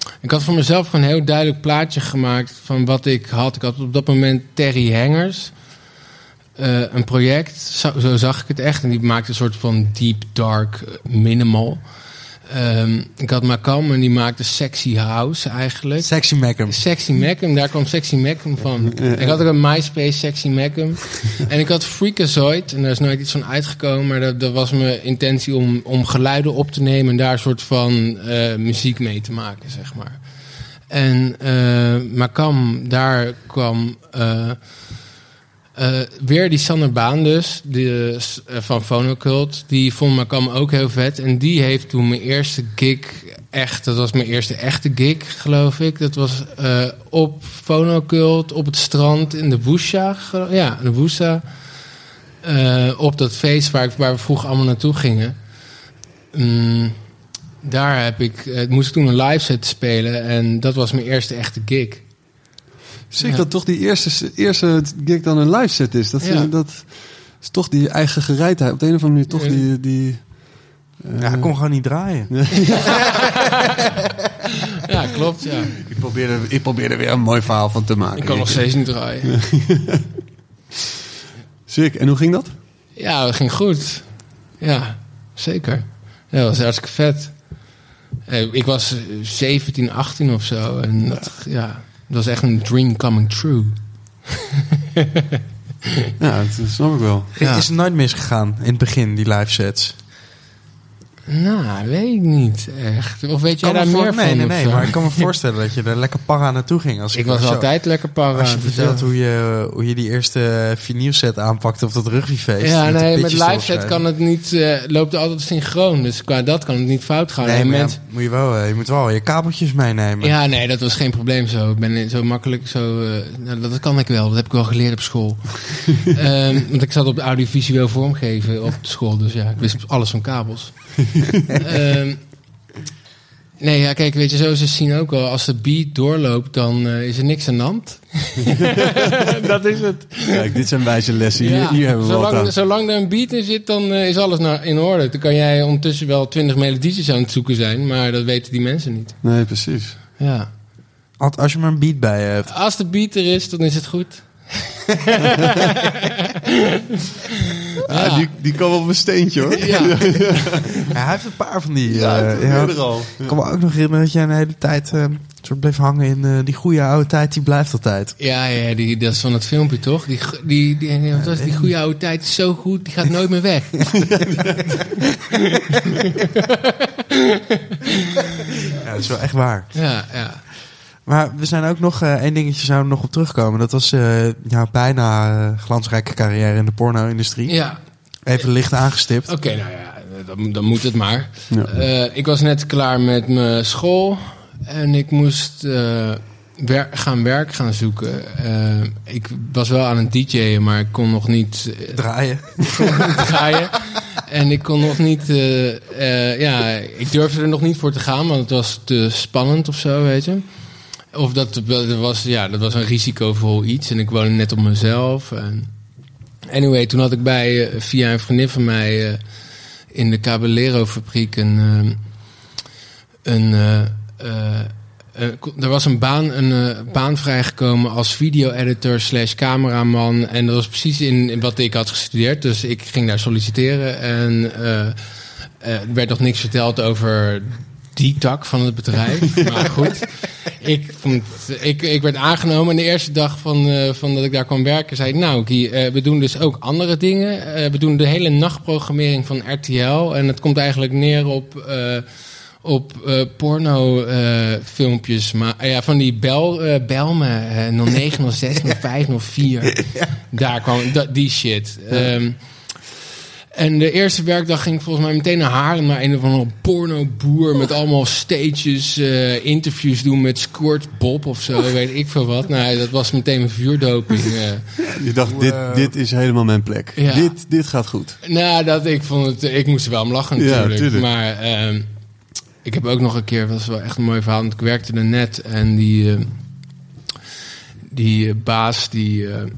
ik had voor mezelf gewoon een heel duidelijk plaatje gemaakt van wat ik had. Ik had op dat moment Terry Hengers, uh, een project, zo, zo zag ik het echt. En die maakte een soort van deep, dark, minimal. Um, ik had Macam en die maakte Sexy House eigenlijk. Sexy Macam. Sexy Macam, daar kwam Sexy Macam van. Ik had ook een MySpace Sexy Macam. En ik had Freakazoid en daar is nooit iets van uitgekomen. Maar dat, dat was mijn intentie om, om geluiden op te nemen en daar een soort van uh, muziek mee te maken, zeg maar. En uh, Macam, daar kwam uh, uh, weer die Sander Baan dus, die, uh, van Phonocult. Die vond Macam ook heel vet. En die heeft toen mijn eerste gig, echt, dat was mijn eerste echte gig, geloof ik. Dat was uh, op Phonocult, op het strand in de Woesha. Ja, de Woesha. Uh, op dat feest waar, ik, waar we vroeger allemaal naartoe gingen. Um, daar heb ik, uh, moest ik toen een live set spelen. En dat was mijn eerste echte gig. Zeg Ja. dat toch die eerste, eerste gig dan een live set is. Dat, Ja. dat is toch die eigen gereidheid. Op de een of andere manier toch Ja. die... die uh, Ja, hij kon gewoon niet draaien. Ja, klopt, ja. ik, probeerde, ik probeerde weer een mooi verhaal van te maken. Ik kan nog steeds niet draaien. Sick. En hoe ging dat? Ja, dat ging goed. Ja, zeker. Ja, dat was hartstikke vet. Eh, Ik was zeventien, achttien of zo. En dat, ja, dat was echt een dream coming true. Ja, dat snap ik wel. Ja. Is het nooit misgegaan in het begin, die live sets? Nou, weet ik niet echt. Of weet jij Kan daar me voor- meer nee, van? Nee, of nee, zo? maar ik kan me voorstellen dat je er lekker para naartoe ging. Als Ik was zo- altijd lekker para. Als je dus vertelt ja. hoe je, hoe je die eerste vinyl set aanpakte op dat rugbyfeest. Ja, met de nee, met pitjes live erop set zijn. kan het niet, uh, loopt het altijd synchroon. Dus qua dat kan het niet fout gaan. Nee, En maar ja, mensen- moet je, wel, eh, je moet wel je kabeltjes meenemen. Ja, nee, dat was geen probleem zo. Ik ben zo makkelijk zo... Uh, nou, dat kan ik wel. Dat heb ik wel geleerd op school. um, want ik zat op audiovisueel vormgeven op school. Dus ja, ik wist alles van kabels. um, nee, ja, kijk, weet je, zo ze zien ook wel. Als de beat doorloopt, dan uh, is er niks aan de hand. Dat is het. Kijk, dit zijn wijze lessen. Hier, Ja, hier hebben we wat zolang, aan. zolang er een beat in zit, dan uh, is alles naar, in orde. Dan kan jij ondertussen wel twintig melodietjes aan het zoeken zijn. Maar dat weten die mensen niet. Nee, precies. Ja. Als als je maar een beat bij je hebt. Als de beat er is, dan is het goed. Ah, die, die kwam op een steentje, hoor. Ja. Ja, hij heeft een paar van die. Ja, eh, ik ja. ben er al. Ik kan me ook nog herinneren dat jij een hele tijd eh, soort bleef hangen in eh, die goede oude tijd. Die blijft altijd. Ja, ja die, dat is van het filmpje, toch? Die, die, die, die, wat was het? Die goede oude tijd is zo goed, die gaat nooit meer weg. Ja, dat is wel echt waar. Ja, ja. Maar we zijn ook nog, uh, één dingetje zouden we nog op terugkomen. Dat was uh, ja, bijna uh, glansrijke carrière in de porno-industrie. Ja, Even licht aangestipt. oké, okay, nou ja, dan, dan moet het maar. Ja. Uh, ik was net klaar met mijn school en ik moest uh, wer- gaan werk gaan zoeken. Uh, ik was wel aan het D J'en, maar ik kon nog niet uh, Draaien. draaien. En ik kon nog niet, uh, uh, ja, ik durfde er nog niet voor te gaan, want het was te spannend of zo, weet je. Of dat, dat was, ja, dat was een risicovol iets en ik woonde net op mezelf. En anyway, toen had ik bij, uh, via een vriendin van mij uh, in de Caballero-fabriek een, uh, een uh, uh, uh, er was een baan, een uh, baan vrijgekomen als video-editor slash cameraman. En dat was precies in, in wat ik had gestudeerd. Dus ik ging daar solliciteren. En uh, uh, er werd nog niks verteld over die tak van het bedrijf. Maar goed, ik, vond, ik, ik werd aangenomen. En de eerste dag van, uh, van dat ik daar kwam werken, zei ik... Nou, Guy, uh, we doen dus ook andere dingen. Uh, we doen de hele nachtprogrammering van R T L. En het komt eigenlijk neer op... Uh, op uh, porno uh, filmpjes, maar uh, ja, van die bel, uh, bel me uh, nul negen nul zes nul vijf nul vier. Ja. Daar kwam da, die shit. Ja. Um, en de eerste werkdag ging ik volgens mij meteen naar Haarlem, naar een of andere pornoboer met allemaal stages, uh, interviews doen met Squirt Bob of zo, weet ik veel wat. Nou, dat was meteen mijn vuurdoping. Uh. Je dacht, dit, dit is helemaal mijn plek. Ja. Dit, dit gaat goed. Nou, dat ik vond het, ik moest er wel om lachen natuurlijk. Ja, tuurlijk. Maar um, ik heb ook nog een keer, dat was wel echt een mooi verhaal, want ik werkte er net en die, uh, die uh, baas die, uh, die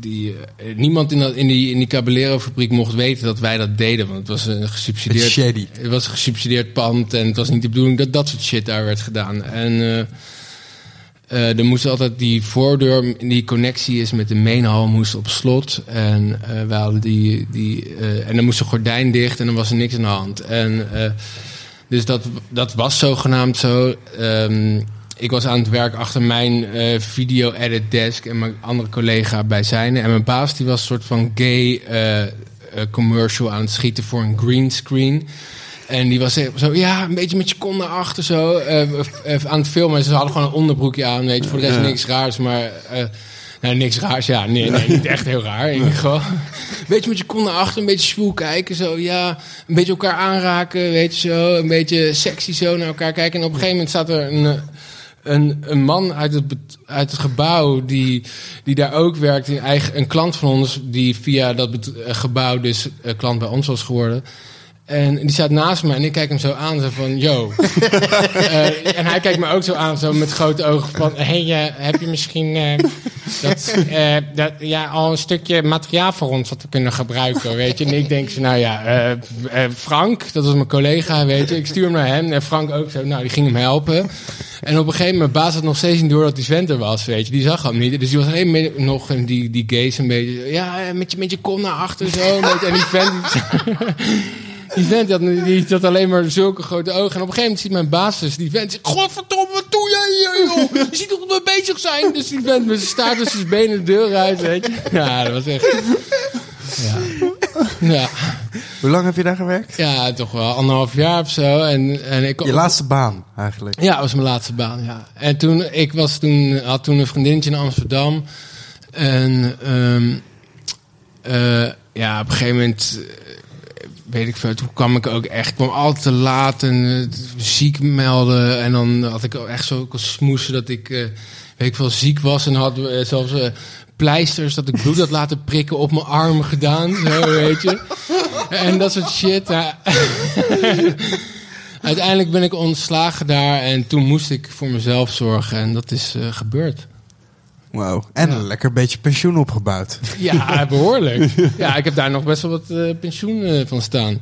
die, uh, niemand in, dat, in die, in die Caballero-fabriek mocht weten dat wij dat deden. Want het was een gesubsidieerd, shady. Het was een gesubsidieerd pand en het was niet de bedoeling dat dat soort shit daar werd gedaan. En uh, uh, er moest altijd die voordeur, die connectie is met de mainhal, moest op slot. En uh, we hadden die, die uh, en dan moest de gordijn dicht en dan was er niks aan de hand. En uh, dus dat, dat was zogenaamd zo. Um, Ik was aan het werk achter mijn uh, video-edit desk en mijn andere collega bij zijne. En mijn baas die was een soort van gay uh, uh, commercial aan het schieten voor een green screen. En die was zo, ja, een beetje met je kont naar achter zo uh, uh, aan het filmen. En ze hadden gewoon een onderbroekje aan, weet je, voor de rest ja. niks raars. Maar, uh, nou, niks raars, ja, nee, nee, niet echt heel raar in ieder geval. Een beetje met je kont naar achter, een beetje zwoel kijken, zo, ja. Een beetje elkaar aanraken, weet je zo. Een beetje sexy zo naar elkaar kijken. En op een gegeven moment staat er een... Een, een man uit het, uit het gebouw die, die daar ook werkt, een, eigen, een klant van ons, die via dat bet, gebouw dus uh, klant bij ons was geworden. En die staat naast me en ik kijk hem zo aan, zo van, yo. uh, en hij kijkt me ook zo aan, zo met grote ogen van, hey, uh, heb je misschien uh, dat, uh, dat, ja, al een stukje materiaal voor ons wat we kunnen gebruiken, weet je. En ik denk zo, nou ja, uh, uh, Frank, dat was mijn collega, weet je. Ik stuur hem naar hem en Frank ook zo, nou, die ging hem helpen. En op een gegeven moment, mijn baas had nog steeds niet door dat die vent er was, weet je. Die zag hem niet. Dus die was alleen maar nog, en die, die gays een beetje, ja, met je, met je kont naar achter zo. Een beetje, en die vent... Die vent had, die had alleen maar zulke grote ogen. En op een gegeven moment ziet mijn baas dus die vent zegt, godverdomme, wat doe jij hier, joh? Je ziet toch dat we bezig zijn? Dus die vent met zijn staart tussen zijn benen de deur uit, weet je. Ja, dat was echt... Ja. Ja. Hoe lang heb je daar gewerkt? Ja, toch wel anderhalf jaar of zo. En, en ik, je laatste baan, eigenlijk? Ja, dat was mijn laatste baan, ja. En toen, ik was toen, had toen een vriendinnetje in Amsterdam. En um, uh, ja, op een gegeven moment... weet ik veel, toen kwam ik ook echt, ik kwam altijd te laat en uh, ziek melden. En dan had ik echt zo smoesen dat ik, uh, weet ik veel, ziek was. En had uh, zelfs uh, pleisters dat ik bloed had laten prikken op mijn armen gedaan. Zo, weet je. En dat soort shit. Ja. Uiteindelijk ben ik ontslagen daar en toen moest ik voor mezelf zorgen. En dat is uh, gebeurd. Wauw. En ja. Een lekker beetje pensioen opgebouwd. Ja, behoorlijk. Ja, ik heb daar nog best wel wat uh, pensioen uh, van staan.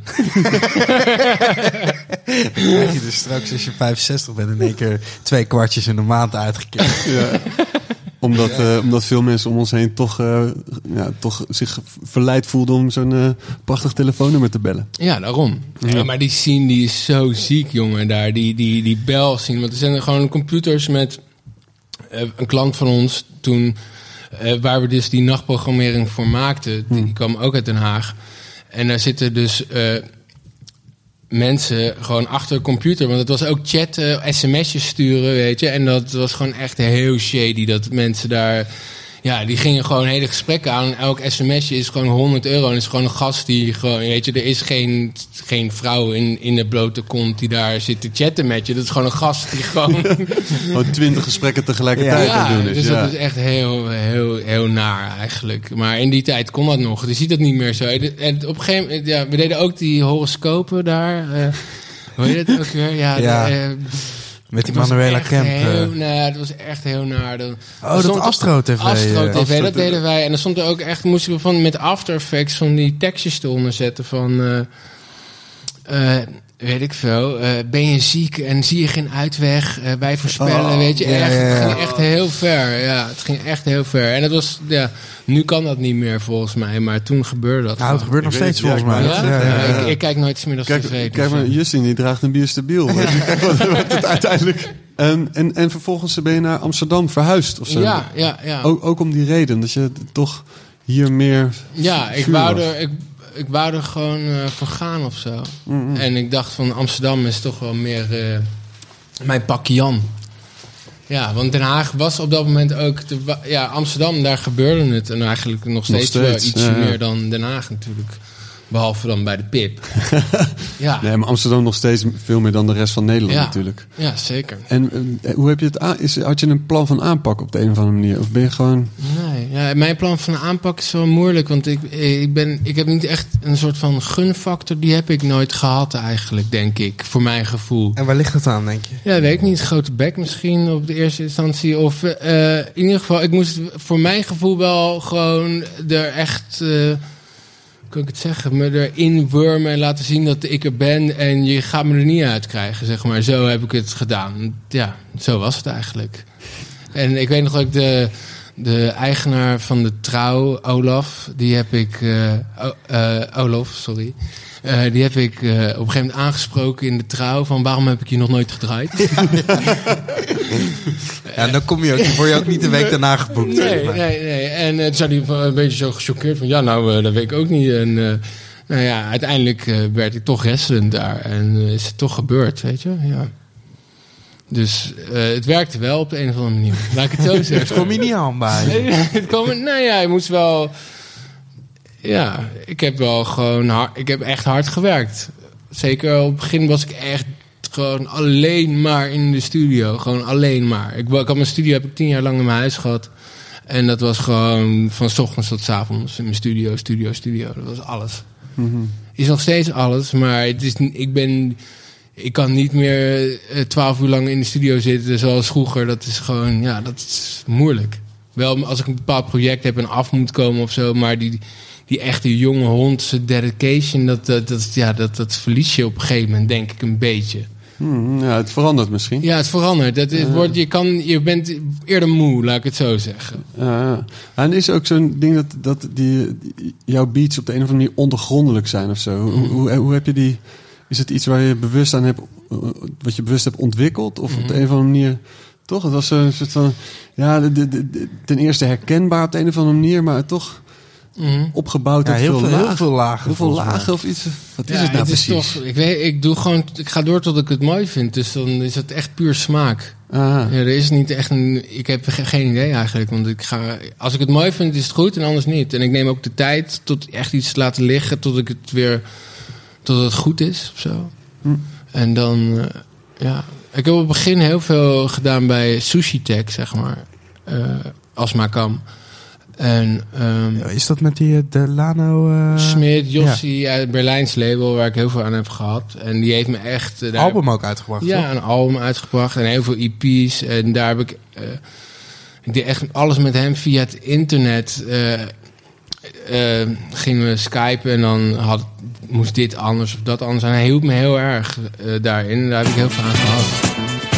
Krijg je dus straks als je vijfenzestig bent in één keer twee kwartjes in de maand uitgekeerd. Ja. Omdat, uh, omdat veel mensen om ons heen toch, uh, ja, toch zich verleid voelden om zo'n uh, prachtig telefoonnummer te bellen. Ja, daarom. Ja. Ja, maar die scene die is zo ziek, jongen, daar. Die, die, die bel scene. Want er zijn er gewoon computers met... Uh, een klant van ons toen, uh, waar we dus die nachtprogrammering voor maakten, die, die kwam ook uit Den Haag. En daar zitten dus uh, mensen gewoon achter de computer. Want het was ook chatten, sms'jes sturen, weet je. En dat was gewoon echt heel shady, dat mensen daar... Ja, die gingen gewoon hele gesprekken aan. En elk sms'je is gewoon honderd euro. En is gewoon een gast die gewoon... Weet je, er is geen, geen vrouw in, in de blote kont die daar zit te chatten met je. Dat is gewoon een gast die gewoon... Gewoon twintig gesprekken tegelijkertijd ja, aan doen is. Dus ja, dat is echt heel, heel, heel naar eigenlijk. Maar in die tijd kon dat nog. Je ziet het niet meer zo. En op een gegeven moment... Ja, we deden ook die horoscopen daar. Uh, hoe heet het ook weer? Ja, ja. De, uh, met die Manuela Kemp. Heel, nee, dat was echt heel naar. Dat, oh, dat Astro T V. Astro T V, dat deden wij. En dan stond er ook echt, moesten we van met After Effects van die tekstjes eronder zetten van... Uh, uh, weet ik veel, uh, ben je ziek en zie je geen uitweg? Uh, wij voorspellen, oh, weet je. Echt, ja, ja, ja. Het ging echt heel ver. Ja, het ging echt heel ver. En het was, ja, nu kan dat niet meer volgens mij, maar toen gebeurde dat. Nou, het gebeurt nog steeds volgens mij. Ja? Ja, ja, ja. Ik, ik kijk nooit meer naar kijk, tv. Kijk maar, Justin, die draagt een bierstabiel. Ja. Kijk wat, wat het uiteindelijk... En, en, en vervolgens ben je naar Amsterdam verhuisd of zo. Ja, ja, ja. Ook, ook om die reden, dat je toch hier meer... Ja, ik wou er... Ik, Ik wou er gewoon uh, voor gaan of zo. Mm-hmm. En ik dacht van Amsterdam is toch wel meer uh, mijn pakje Jan. Ja, want Den Haag was op dat moment ook... De, ja, Amsterdam, daar gebeurde het. En eigenlijk nog steeds, nog steeds wel ietsje ja, ja. meer dan Den Haag natuurlijk. Behalve dan bij de Pip. ja. Nee, maar Amsterdam nog steeds veel meer dan de rest van Nederland ja. natuurlijk. Ja, zeker. En uh, hoe heb je het aan, is, had je een plan van aanpak op de een of andere manier? Of ben je gewoon... Nee, ja, mijn plan van aanpak is wel moeilijk. Want ik, ik, ben, ik heb niet echt een soort van gunfactor. Die heb ik nooit gehad eigenlijk, denk ik. Voor mijn gevoel. En waar ligt het aan, denk je? Ja, weet ik niet. Grote bek misschien op de eerste instantie. Of uh, in ieder geval, ik moest voor mijn gevoel wel gewoon er echt... Uh, kan ik het zeggen, me erin wurmen en laten zien dat ik er ben en je gaat me er niet uit krijgen, zeg maar. Zo heb ik het gedaan. Ja, zo was het eigenlijk. En ik weet nog dat ik de, de eigenaar van de Trouw, Olaf, die heb ik, uh, uh, Olaf, sorry, uh, die heb ik uh, op een gegeven moment aangesproken in de Trouw van waarom heb ik je nog nooit gedraaid? Ja, dan kom je ook, word je ook niet de week daarna geboekt. Nee, zeg maar. nee, nee. En uh, toen zei hij een beetje zo gechoqueerd van... ja, nou, uh, dat weet ik ook niet. En uh, nou ja, uiteindelijk uh, werd ik toch resident daar. En uh, is het toch gebeurd, weet je. Ja. Dus uh, het werkte wel op de een of andere manier. Laat ik het zo zeggen. Het kom je niet aan bij. het kwam, nou ja, je moest wel... Ja, ik heb wel gewoon... Hard, ik heb echt hard gewerkt. Zeker op het begin was ik echt... gewoon alleen maar in de studio. Gewoon alleen maar. Ik, ik had mijn studio heb ik tien jaar lang in mijn huis gehad. En dat was gewoon van 's ochtends tot 's avonds in mijn studio, studio, studio. Dat was alles. Mm-hmm. Is nog steeds alles, maar het is, ik ben... Ik kan niet meer twaalf uur lang in de studio zitten zoals vroeger. Dat is gewoon, ja, dat is moeilijk. Wel als ik een bepaald project heb en af moet komen of zo, maar die... Die echte jonge hondse dedication, dat, dat, dat, ja, dat, dat verlies je op een gegeven moment, denk ik, een beetje. Hmm, ja, het verandert misschien. Ja, het verandert. Dat is, Uh. wordt, je, kan, je bent eerder moe, laat ik het zo zeggen. Uh, en is ook zo'n ding dat, dat die, die, jouw beats op de een of andere manier ondergrondelijk zijn of zo. Hoe, hoe, hoe heb je die... Is het iets waar je bewust aan hebt, wat je bewust hebt ontwikkeld? Of mm-hmm. op de een of andere manier... Toch? Het was een soort van... Ja, de, de, de, ten eerste herkenbaar op de een of andere manier, maar toch... Mm-hmm. Opgebouwd ja, uit heel veel, veel, lagen. heel veel lagen. Heel veel lagen of iets. Wat is ja, het nou het is precies? Toch, ik, weet, ik, doe gewoon, ik ga door tot ik het mooi vind. Dus dan is het echt puur smaak. Ah. Ja, er is niet echt een... Ik heb ge, geen idee eigenlijk. Want ik ga, als ik het mooi vind, is het goed en anders niet. En ik neem ook de tijd tot echt iets te laten liggen... tot ik het weer... tot het goed is of zo. Hm. En dan... Uh, ja... Ik heb op het begin heel veel gedaan bij Sushi Tech, zeg maar. Uh, als Makam. En, um, ja, is dat met die Delano... Uh... Smit, Jossi ja. uit het Berlijns label, waar ik heel veel aan heb gehad. En die heeft me echt... Uh, daar album ook uitgebracht, Ja, toch? een album uitgebracht en heel veel E P's. En daar heb ik... Uh, ik deed echt alles met hem via het internet. Uh, uh, gingen we skypen en dan had, moest dit anders of dat anders. En hij hielp me heel erg uh, daarin. Daar heb ik heel veel aan gehad.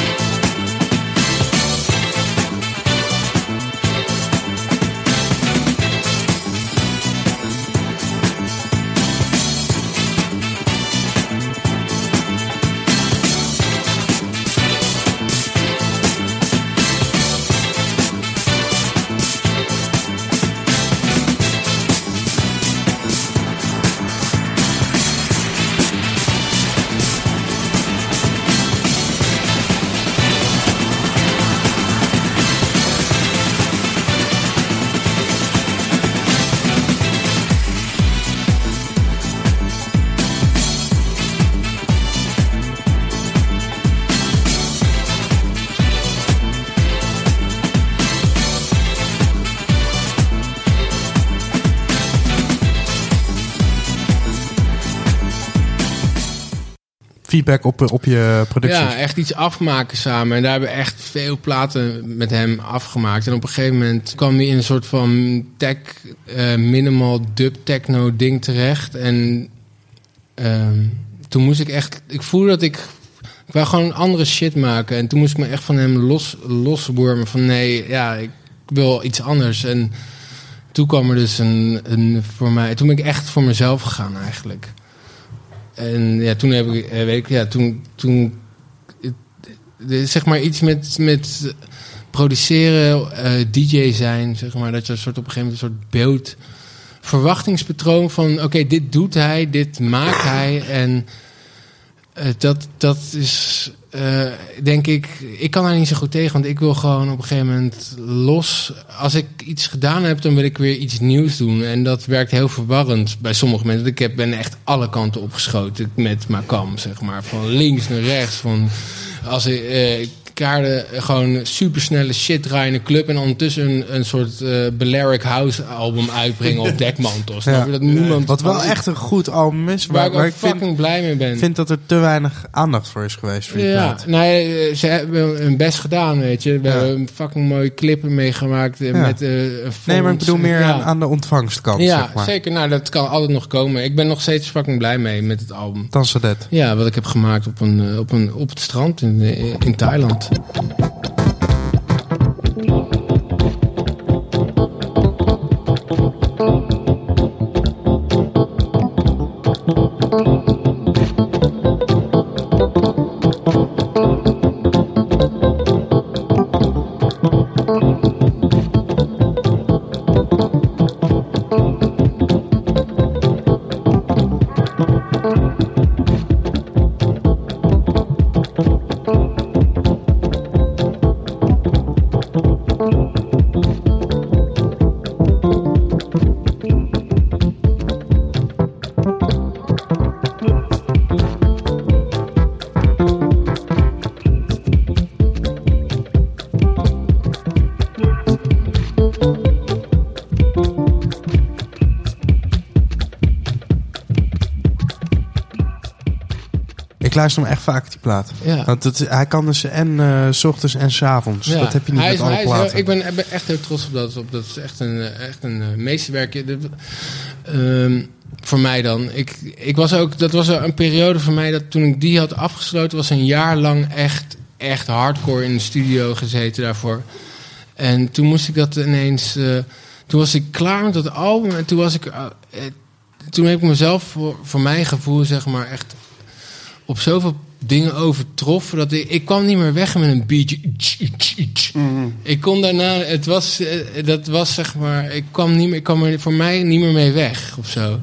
Feedback op, op je productie. Ja, echt iets afmaken samen. En daar hebben we echt veel platen met hem afgemaakt. En op een gegeven moment kwam hij in een soort van tech, uh, minimal dub techno ding terecht. En uh, toen moest ik echt... Ik voelde dat ik... Ik wou gewoon andere shit maken. En toen moest ik me echt van hem los, loswormen. Van nee, ja, ik wil iets anders. En toen kwam er dus een, een voor mij... Toen ben ik echt voor mezelf gegaan eigenlijk. En ja, toen heb ik, weet ik, ja, toen, toen, zeg maar iets met, met produceren, uh, D J zijn, zeg maar, dat je een soort op een gegeven moment een soort beeld, verwachtingspatroon van, oké, okay, dit doet hij, dit maakt hij, en Uh, dat, dat is, uh, denk ik... Ik kan daar niet zo goed tegen, want ik wil gewoon op een gegeven moment los. Als ik iets gedaan heb, dan wil ik weer iets nieuws doen. En dat werkt heel verwarrend bij sommige mensen. Ik heb, ben echt alle kanten opgeschoten met Makam, zeg maar. Van links naar rechts, van... Als ik... Uh, kaarden gewoon supersnelle shit draaien in een club en ondertussen een, een soort uh, Balearic House album uitbrengen op dekmantel. Snap je? Dat niemand Wat wel echt een goed album is. Waar, Waar, waar, waar ik ik fucking vind, blij mee ben. Ik vind dat er te weinig aandacht voor is geweest voor die ja, plaat. nee, ze hebben hun best gedaan, weet je. We Ja. hebben een fucking mooie clippen meegemaakt. Uh, Ja. met, uh, een fonds. Nee, maar ik bedoel meer Ja. aan, aan de ontvangstkant, Ja, zeg maar. zeker. Nou, dat kan altijd nog komen. Ik ben nog steeds fucking blij mee met het album. Tansadet. Ja, wat ik heb gemaakt op, een, uh, op, een, op het strand in, in, in Thailand. Ik luister hem echt vaak, die plaat. Ja. Want het, hij kan dus en uh, 's ochtends en 's avonds. Ja. Dat heb je niet hij met is, alle hij is heel- platen. ik, ben, ik ben echt heel trots op dat. Op, dat is echt een, eh, echt een uh, meesterwerkje. De- ehm, voor mij dan. Ik, ik was ook, dat was een periode voor mij dat toen ik die had afgesloten, was een jaar lang echt, echt hardcore in de studio gezeten daarvoor. En toen moest ik dat ineens. Uh, toen was ik klaar met dat album en toen was ik. Uh, eh, toen heb ik mezelf voor, voor mijn gevoel, zeg maar, echt op zoveel dingen overtroffen dat ik, ik kwam niet meer weg met een beatje. Mm-hmm. Ik kon daarna, het was, uh, dat was zeg maar, ik kwam niet meer, ik kwam er voor mij niet meer mee weg of zo.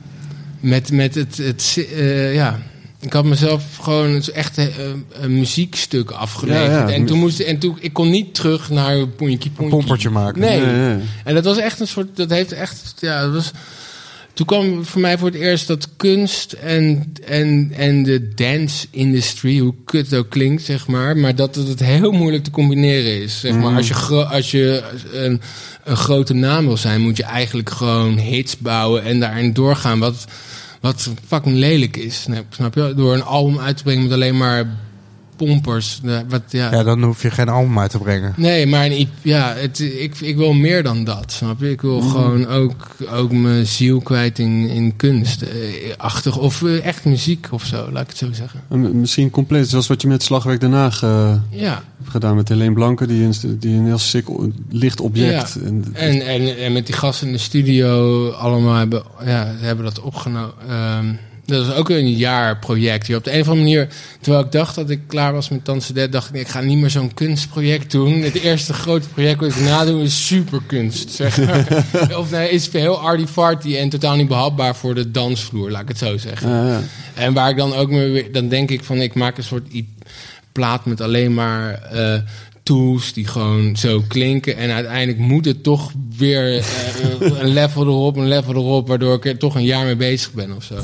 Met, met het, het uh, ja. Ik had mezelf gewoon echt uh, een muziekstuk afgeleverd. Ja, ja. En toen moest en toen ik kon niet terug naar een pontje Een pompertje maken. Nee. Nee, nee. En dat was echt een soort, dat heeft echt, ja, dat was. Toen kwam voor mij voor het eerst dat kunst en, en, en de dance industry, hoe kut het ook klinkt, zeg maar, maar dat het heel moeilijk te combineren is. Zeg maar. Mm. Als je, gro- als je een, een grote naam wil zijn, moet je eigenlijk gewoon hits bouwen en daarin doorgaan. Wat, wat fucking lelijk is. Snap je? Door een album uit te brengen met alleen maar pompers. Wat, ja. Ja, dan hoef je geen album uit te brengen. Nee, maar een, ja, het, ik, ik wil meer dan dat, snap je? Ik wil mm. gewoon ook, ook mijn ziel kwijt in, in kunst. Eh, achtig, of eh, echt muziek of zo, laat ik het zo zeggen. En misschien compleet, zoals wat je met Slagwerk Den Haag uh, ja. hebt gedaan met Helene Blanke, die een, die een heel sick licht object. Ja. En, En, en, en met die gasten in de studio allemaal hebben, ja, hebben dat opgenomen. Um, Dat was ook een jaarproject. Op de een of andere manier, terwijl ik dacht dat ik klaar was met Tansadet, dacht ik, ik ga niet meer zo'n kunstproject doen. Het eerste grote project wat ik nadoen is superkunst, zeg maar. Of nee, is heel arty-farty en totaal niet behapbaar voor de dansvloer, laat ik het zo zeggen. Ja, ja. En waar ik dan ook mee, dan denk ik van, ik maak een soort plaat met alleen maar uh, tools die gewoon zo klinken. En uiteindelijk moet het toch weer uh, een level erop, een level erop, waardoor ik er toch een jaar mee bezig ben of zo.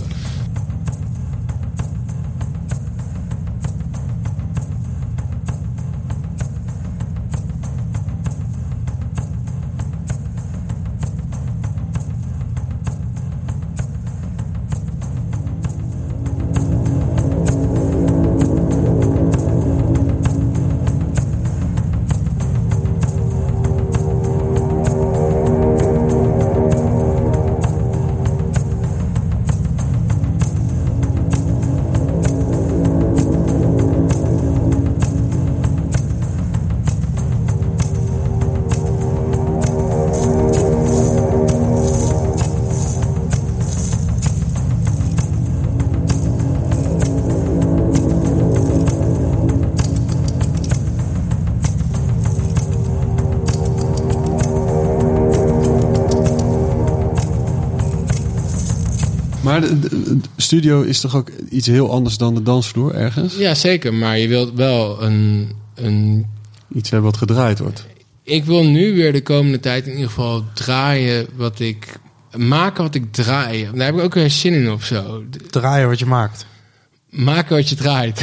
Maar de, de- de studio is toch ook iets heel anders dan de dansvloer ergens? Ja, zeker. Maar je wilt wel een, een... Iets hebben wat gedraaid wordt. Ik wil nu weer de komende tijd in ieder geval draaien wat ik... Maken wat ik draai. Daar heb ik ook weer zin in of zo. Draaien wat je maakt. Maken wat je draait.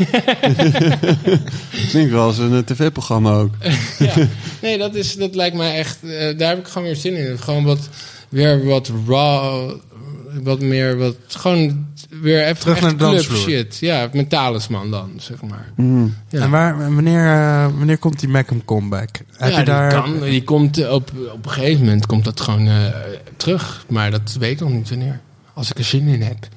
Klinkt wel als een eh, tv-programma ook. Ja. Nee, dat, is, dat lijkt mij echt... eh, daar heb ik gewoon weer zin in. Gewoon wat... Weer wat raw... Wat meer... Wat, gewoon weer even Terug echt naar de club dansvloer. shit. Ja, met Talisman dan, zeg maar. Mm. Ja. En waar, wanneer, eh, wanneer komt die Macam comeback? Heb ja, je daar... die, kan, die komt eh, op, op een gegeven moment komt dat gewoon eh, terug. Maar dat weet ik nog niet wanneer. Als ik er zin in heb.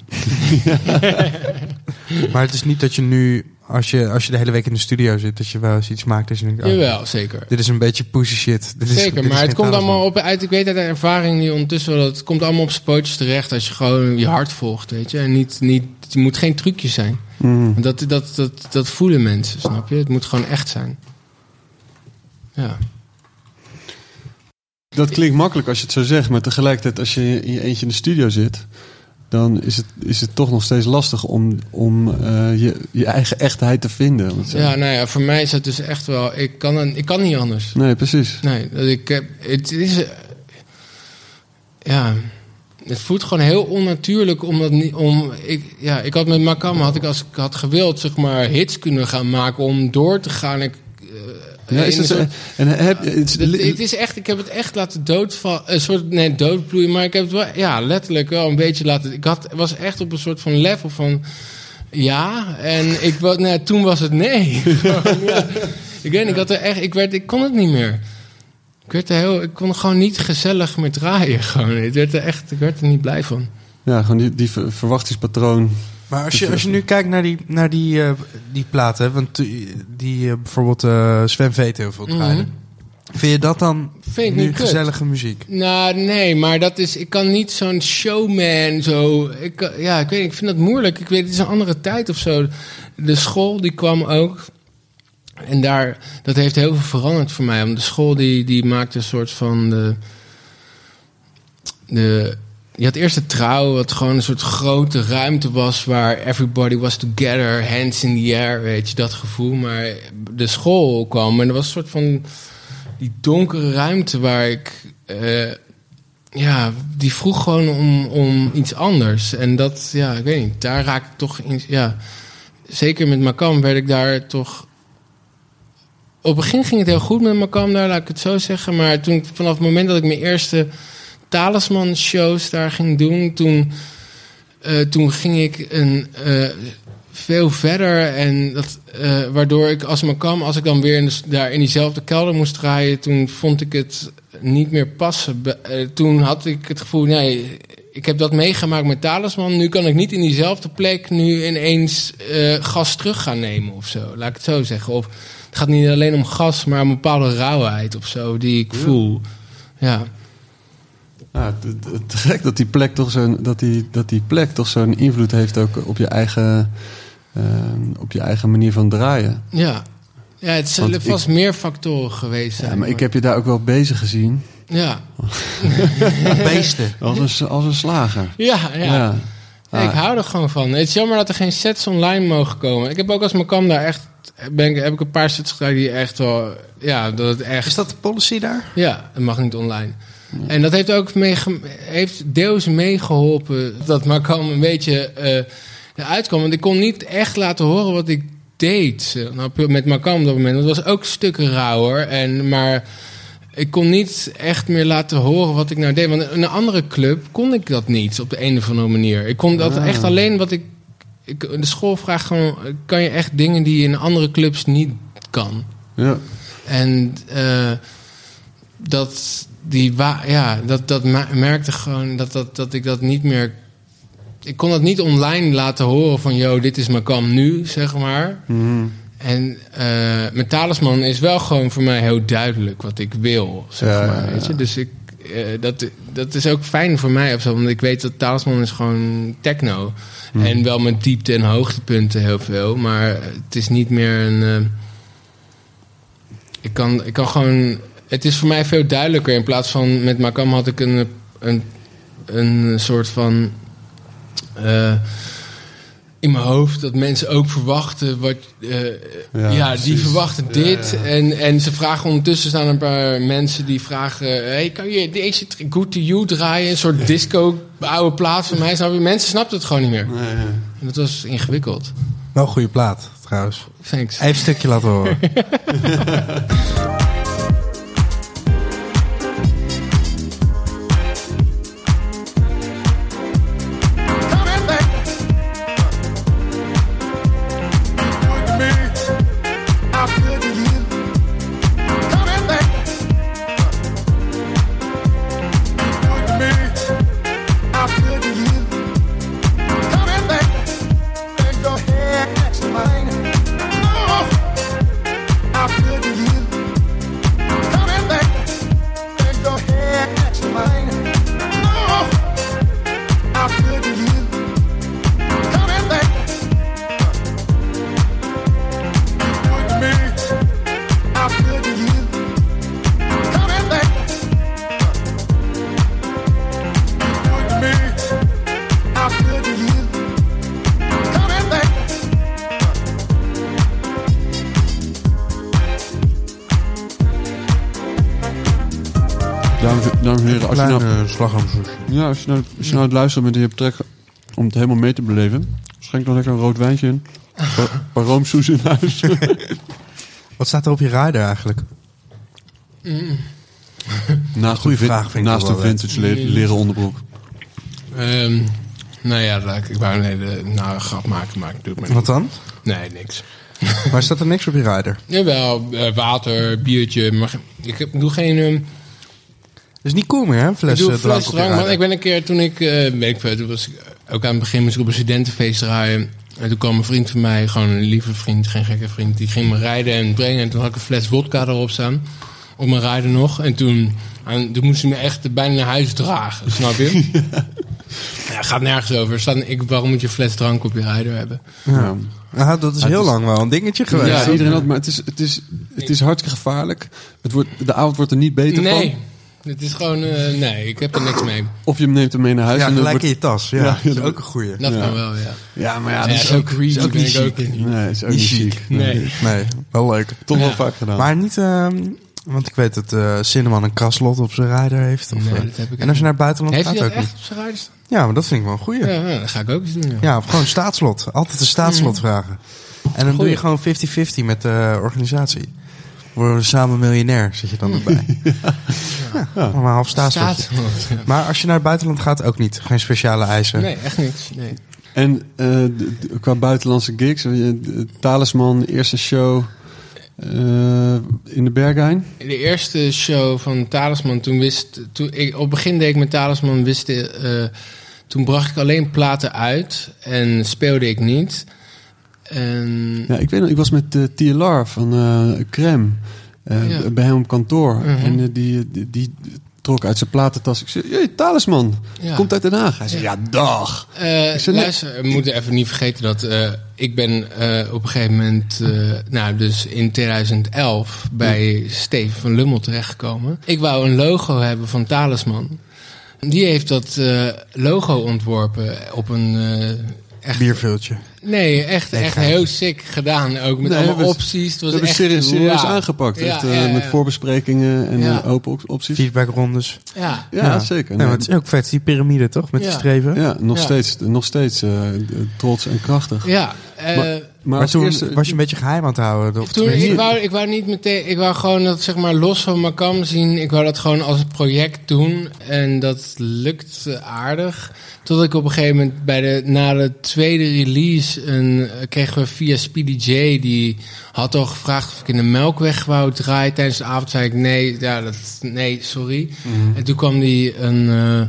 Maar het is niet dat je nu, als je, als je de hele week in de studio zit, dat je wel eens iets maakt dat je denkt, oh, Jawel, zeker. dit is een beetje pussy shit. Dit is, Zeker, dit is maar het geen komt Talisman. allemaal op uit. Ik weet uit de ervaring die ondertussen wel. Het komt allemaal op zijn pootjes terecht als je gewoon je hart volgt, weet je. En niet, niet, het moet geen trucje zijn. Mm. Want Dat, dat, dat, dat voelen mensen, snap je? Het moet gewoon echt zijn. Ja. Dat klinkt makkelijk als je het zo zegt, maar tegelijkertijd als je in je eentje in de studio zit, dan is het, is het toch nog steeds lastig om, om uh, je, je eigen echtheid te vinden. om het zo- Ja, nou ja, voor mij is het dus echt wel... Ik kan, een, ik kan niet anders. Nee, precies. Nee, dat ik heb... Het is... eh, Ja... Het voelt gewoon heel onnatuurlijk omdat niet om ik ja ik had met Macam had ik als ik had gewild zeg maar hits kunnen gaan maken om door te gaan. Ik uh, Ja, is in het, een zo- soort- en heb, het, is- het, het is echt ik heb het echt laten doodvallen, een soort nee doodbloeien, maar ik heb het wel ja letterlijk wel een beetje laten. Ik had was echt op een soort van level van ja en ik was nee toen was het nee. Gewoon, ja. Ik weet niet, ik had er echt ik werd ik kon het niet meer. Ik werd er heel, ik kon gewoon niet gezellig meer draaien. Gewoon. Ik werd er echt, ik werd er niet blij van. ja, gewoon die, die ver- verwachtingspatroon. Maar als je, als je nu kijkt naar die, naar die, uh, die platen, hè, want die, die uh, bijvoorbeeld uh, Sven Veet heel veel draaide. Mhm. Vind je dat dan Vind ik nu niet kut. gezellige muziek? Nou, nee, maar dat is, ik kan niet zo'n showman zo. Ik, kan- ja, ik weet, niet, ik vind dat moeilijk. Ik weet, het is een andere tijd of zo. De school die kwam ook. En daar, dat heeft heel veel veranderd voor mij. Want de school die, die maakte een soort van de, de je had eerst de Trouw, wat gewoon een soort grote ruimte was waar everybody was together, hands in the air, weet je, dat gevoel. Maar de school kwam en er was een soort van die donkere ruimte waar ik, uh, ja, die vroeg gewoon om, om iets anders. En dat, ja, ik weet niet, daar raak ik toch in, ja, zeker met Macam werd ik daar toch. Op het begin ging het heel goed met Macam daar, laat ik het zo zeggen. Maar toen, vanaf het moment dat ik mijn eerste Talisman shows daar ging doen, toen, uh, toen ging ik een uh, veel verder en dat, uh, waardoor ik als Macam, als ik dan weer in de, daar in diezelfde kelder moest draaien, toen vond ik het niet meer passen. Be, uh, toen had ik het gevoel, nee, ik heb dat meegemaakt met Talisman, nu kan ik niet in diezelfde plek nu ineens uh, gas terug gaan nemen of zo, laat ik het zo zeggen. Of het gaat niet alleen om gas, maar om een bepaalde rauwheid of zo die ik voel. Ja. Ja, het, het, te gek dat die plek toch zo'n dat die, dat die plek toch zo'n invloed heeft ook op je eigen uh, op je eigen manier van draaien. Ja, ja het zullen vast ik, meer factoren geweest zijn. Ja, maar, maar ik heb je daar ook wel bezig gezien. Ja. Beesten. Als een, als een slager. Ja, ja. ja. Ah. Ik hou er gewoon van. Het is jammer dat er geen sets online mogen komen. Ik heb ook als Macam daar echt ben ik, heb ik een paar sets gedaan die echt wel, ja, dat het echt. Is dat de policy daar? Ja, het mag niet online. Ja. En dat heeft ook mee, heeft deels meegeholpen dat Macam een beetje uh, eruit kwam. Want ik kon niet echt laten horen wat ik deed met Macam op dat moment. Het was ook stukken rauwer. En, maar ik kon niet echt meer laten horen wat ik nou deed. Want in een andere club kon ik dat niet op de een of andere manier. Ik kon dat ah. echt alleen wat ik... ik de school vraagt gewoon, kan je echt dingen die je in andere clubs niet kan? Ja. En uh, dat... Die wa- ja, dat, dat merkte gewoon dat, dat, dat ik dat niet meer. Ik kon dat niet online laten horen van, yo, dit is Macam nu, zeg maar. Mm-hmm. En uh, mijn Talisman is wel gewoon voor mij heel duidelijk wat ik wil, zeg ja, maar. Ja, ja. Weet je? Dus ik, uh, dat, dat is ook fijn voor mij of zo, want ik weet dat Talisman is gewoon techno. Mm. En wel met diepte- en hoogtepunten heel veel, maar het is niet meer een. Uh, ik kan, ik kan gewoon. Het is voor mij veel duidelijker. In plaats van met Macam had ik een, een, een soort van Uh, in mijn hoofd dat mensen ook verwachten wat uh, ja, ja die verwachten dit ja, ja. En, en ze vragen ondertussen staan een paar mensen die vragen hey, kan je deze Good to You draaien, een soort disco oude plaat van mij, snap je? Mensen snapten het gewoon niet meer. Ja, ja. En dat was ingewikkeld. Wel een goede plaat trouwens. Thanks. Even een stukje laten horen. Dames en heren, als je nou, slagroomsoes. Ja, als je nou, als je nou het luisteren bent en je hebt trek om het helemaal mee te beleven, schenk dan lekker een rood wijntje in. Een paar, paar roomsoes in huis. Wat staat er op je rider eigenlijk? Mm. Naast Goeie een, vraag vind ik naast een vintage le- leren onderbroek. Um, nou ja, ik, ik wou een hele nou, een grap maken, maar ik doe het maar niet. Wat dan? Nee, niks. Maar staat er niks op je rider? Jawel, uh, water, biertje. Maar ik, heb, ik doe geen... Um, Dat is niet cool meer, hè? Fles, ik doe uh, drank fles drank, man. Ik ben een keer, toen ik... Uh, weet ik veel, toen was ik ook aan het begin moest ik op een studentenfeest draaien. En toen kwam een vriend van mij, gewoon een lieve vriend, geen gekke vriend. Die ging me rijden en brengen. En toen had ik een fles vodka erop staan. Op mijn rijder nog. En toen, en toen moest hij me echt bijna naar huis dragen. Snap je? Ja. Ja, gaat nergens over. Staat, ik, waarom moet je een fles drank op je rijder hebben? Ja. Ja, dat is het heel is, lang wel een dingetje geweest. Ja, ja, iedereen had, maar het is, het is, het is hartstikke gevaarlijk. Het wordt, de avond wordt er niet beter nee. van. Nee, het is gewoon... Uh, nee, ik heb er niks mee. Of je neemt hem mee naar huis. Ja, en gelijk wordt, in je tas. Ja, ja, dat is ook een goeie. Dat ja. kan wel, ja. Ja, maar ja, ja dat is zo ook, greedy is ook ben niet ik ook chic. niet. Nee, is ook niet niet chic. chic. Nee. nee. Nee, wel leuk. Toch ja. wel vaak gedaan. Maar niet... Uh, want ik weet dat uh, Cinnamon een kraslot op zijn rider heeft. Of, Nee, uh, dat heb ik en als je naar het buitenland heeft gaat hij dat ook echt niet. op zijn rijder staan? Ja, maar dat vind ik wel een goeie. Ja, ja, dat ga ik ook eens doen. Ja, Ja, of gewoon staatslot. Altijd een staatslot vragen. En dan Goeie. doe je gewoon vijftig vijftig met de organisatie. Worden we samen miljonair, zit je dan erbij. ja, ja. ja. Maar half staatslot. Staatslot, ja. Maar als je naar het buitenland gaat, ook niet. Geen speciale eisen. Nee, echt niks. Nee. En uh, de, de, qua buitenlandse gigs, de, de Talisman, eerste show uh, in de Berghain. De eerste show van Talisman, toen wist... Toen ik, op het begin deed ik met Talisman, wist uh, toen bracht ik alleen platen uit en speelde ik niet. En... Ja, ik weet nog, ik was met uh, T L R van uh, Crème uh, ja. bij hem op kantoor. Uh-huh. En uh, die, die, die trok uit zijn platentas. Ik zei, hey, Talisman, ja. komt uit Den Haag. Hij zei, ja, ja dag. Uh, ik zei, luister, we moeten even niet vergeten dat uh, ik ben uh, op een gegeven moment, uh, nou dus in tweeduizend elf bij ja. Steven van Lummel terechtgekomen. Ik wou een logo hebben van Talisman. Die heeft dat uh, logo ontworpen op een... Uh, echt, bierveeltje. Nee, echt, echt heel sick gedaan. Ook met nee, allemaal we, opties. Het was we echt hebben serieus, serieus wow. aangepakt. Ja, echt, uh, ja, ja. Met voorbesprekingen en ja. uh, open opties. Feedbackrondes. Ja, ja, ja zeker. Nee, maar het is ook vet, die piramide toch? Met ja. die streven. Ja, nog ja. steeds, nog steeds uh, trots en krachtig. Ja. Uh, maar, maar, maar toen eerste, was je een beetje geheim aan het houden? Of toen, ik, wou, ik wou niet meteen... Ik wou gewoon dat, zeg maar, los van Makam zien. Ik wou dat gewoon als project doen. En dat lukt aardig. Tot ik op een gegeven moment bij de, na de tweede release een, kregen we via Speedy J. Die had al gevraagd of ik in de Melkweg wou draaien tijdens de avond. Zei ik nee, ja, dat, nee, sorry. Mm-hmm. En toen kwam die een... Uh,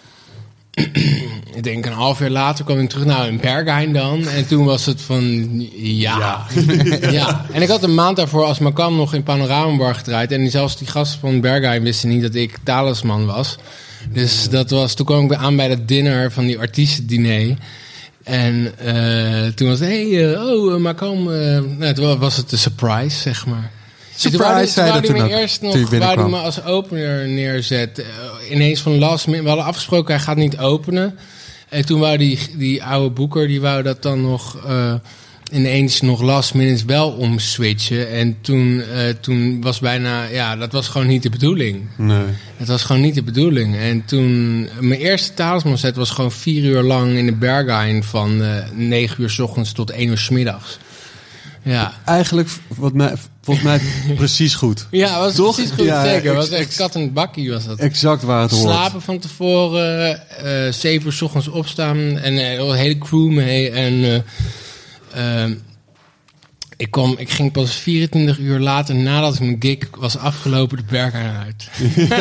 ik denk een half jaar later kwam ik terug naar een Berghain dan. En toen was het van, ja. Ja. ja. En ik had een maand daarvoor als Makam nog in Panoramabar gedraaid. En zelfs die gasten van Berghain wisten niet dat ik Talisman was. Dus dat was, toen kwam ik aan bij dat dinner van die artiestendiner. En uh, toen was het, hé, hey, uh, oh, uh, Makam. Uh, nou, toen was het de surprise, zeg maar. Surprise, toen wou die me ook, eerst nog wou die me als opener neerzet. Uh, ineens van last minute. We hadden afgesproken, hij gaat niet openen. En toen wou die, die oude boeker, die wou dat dan nog uh, ineens nog last minute wel omswitchen. En toen, uh, toen was bijna, ja, dat was gewoon niet de bedoeling. Nee. Het was gewoon niet de bedoeling. En toen, mijn eerste Talisman set was gewoon vier uur lang in de Berghain van uh, negen uur 's ochtends tot één uur 's middags. Ja. Eigenlijk, wat mij, volgens mij precies goed. Ja, was Toch? precies goed, Ja, zeker. ex- was echt kat en bakkie was dat. Exact waar het hoort. Slapen van tevoren, uh, zeven uur 's ochtends opstaan en uh, een hele crew mee. En uh, uh, ik, kwam, ik ging pas vierentwintig uur later, nadat mijn gig was afgelopen, de Berghain uit.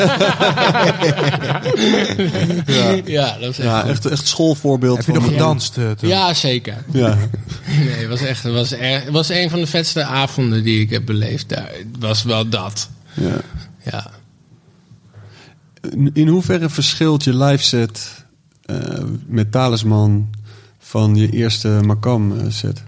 ja. ja, dat was echt Ja, goed. echt, echt schoolvoorbeeld. Heb je van nog gedanst uh, toen? Ja, zeker. Ja. Nee, het was echt, het was, erg, het was een van de vetste avonden die ik heb beleefd. Daar, het was wel dat. Ja. Ja. In- In hoeverre verschilt je live set uh, met Talisman van je eerste Makam uh, set?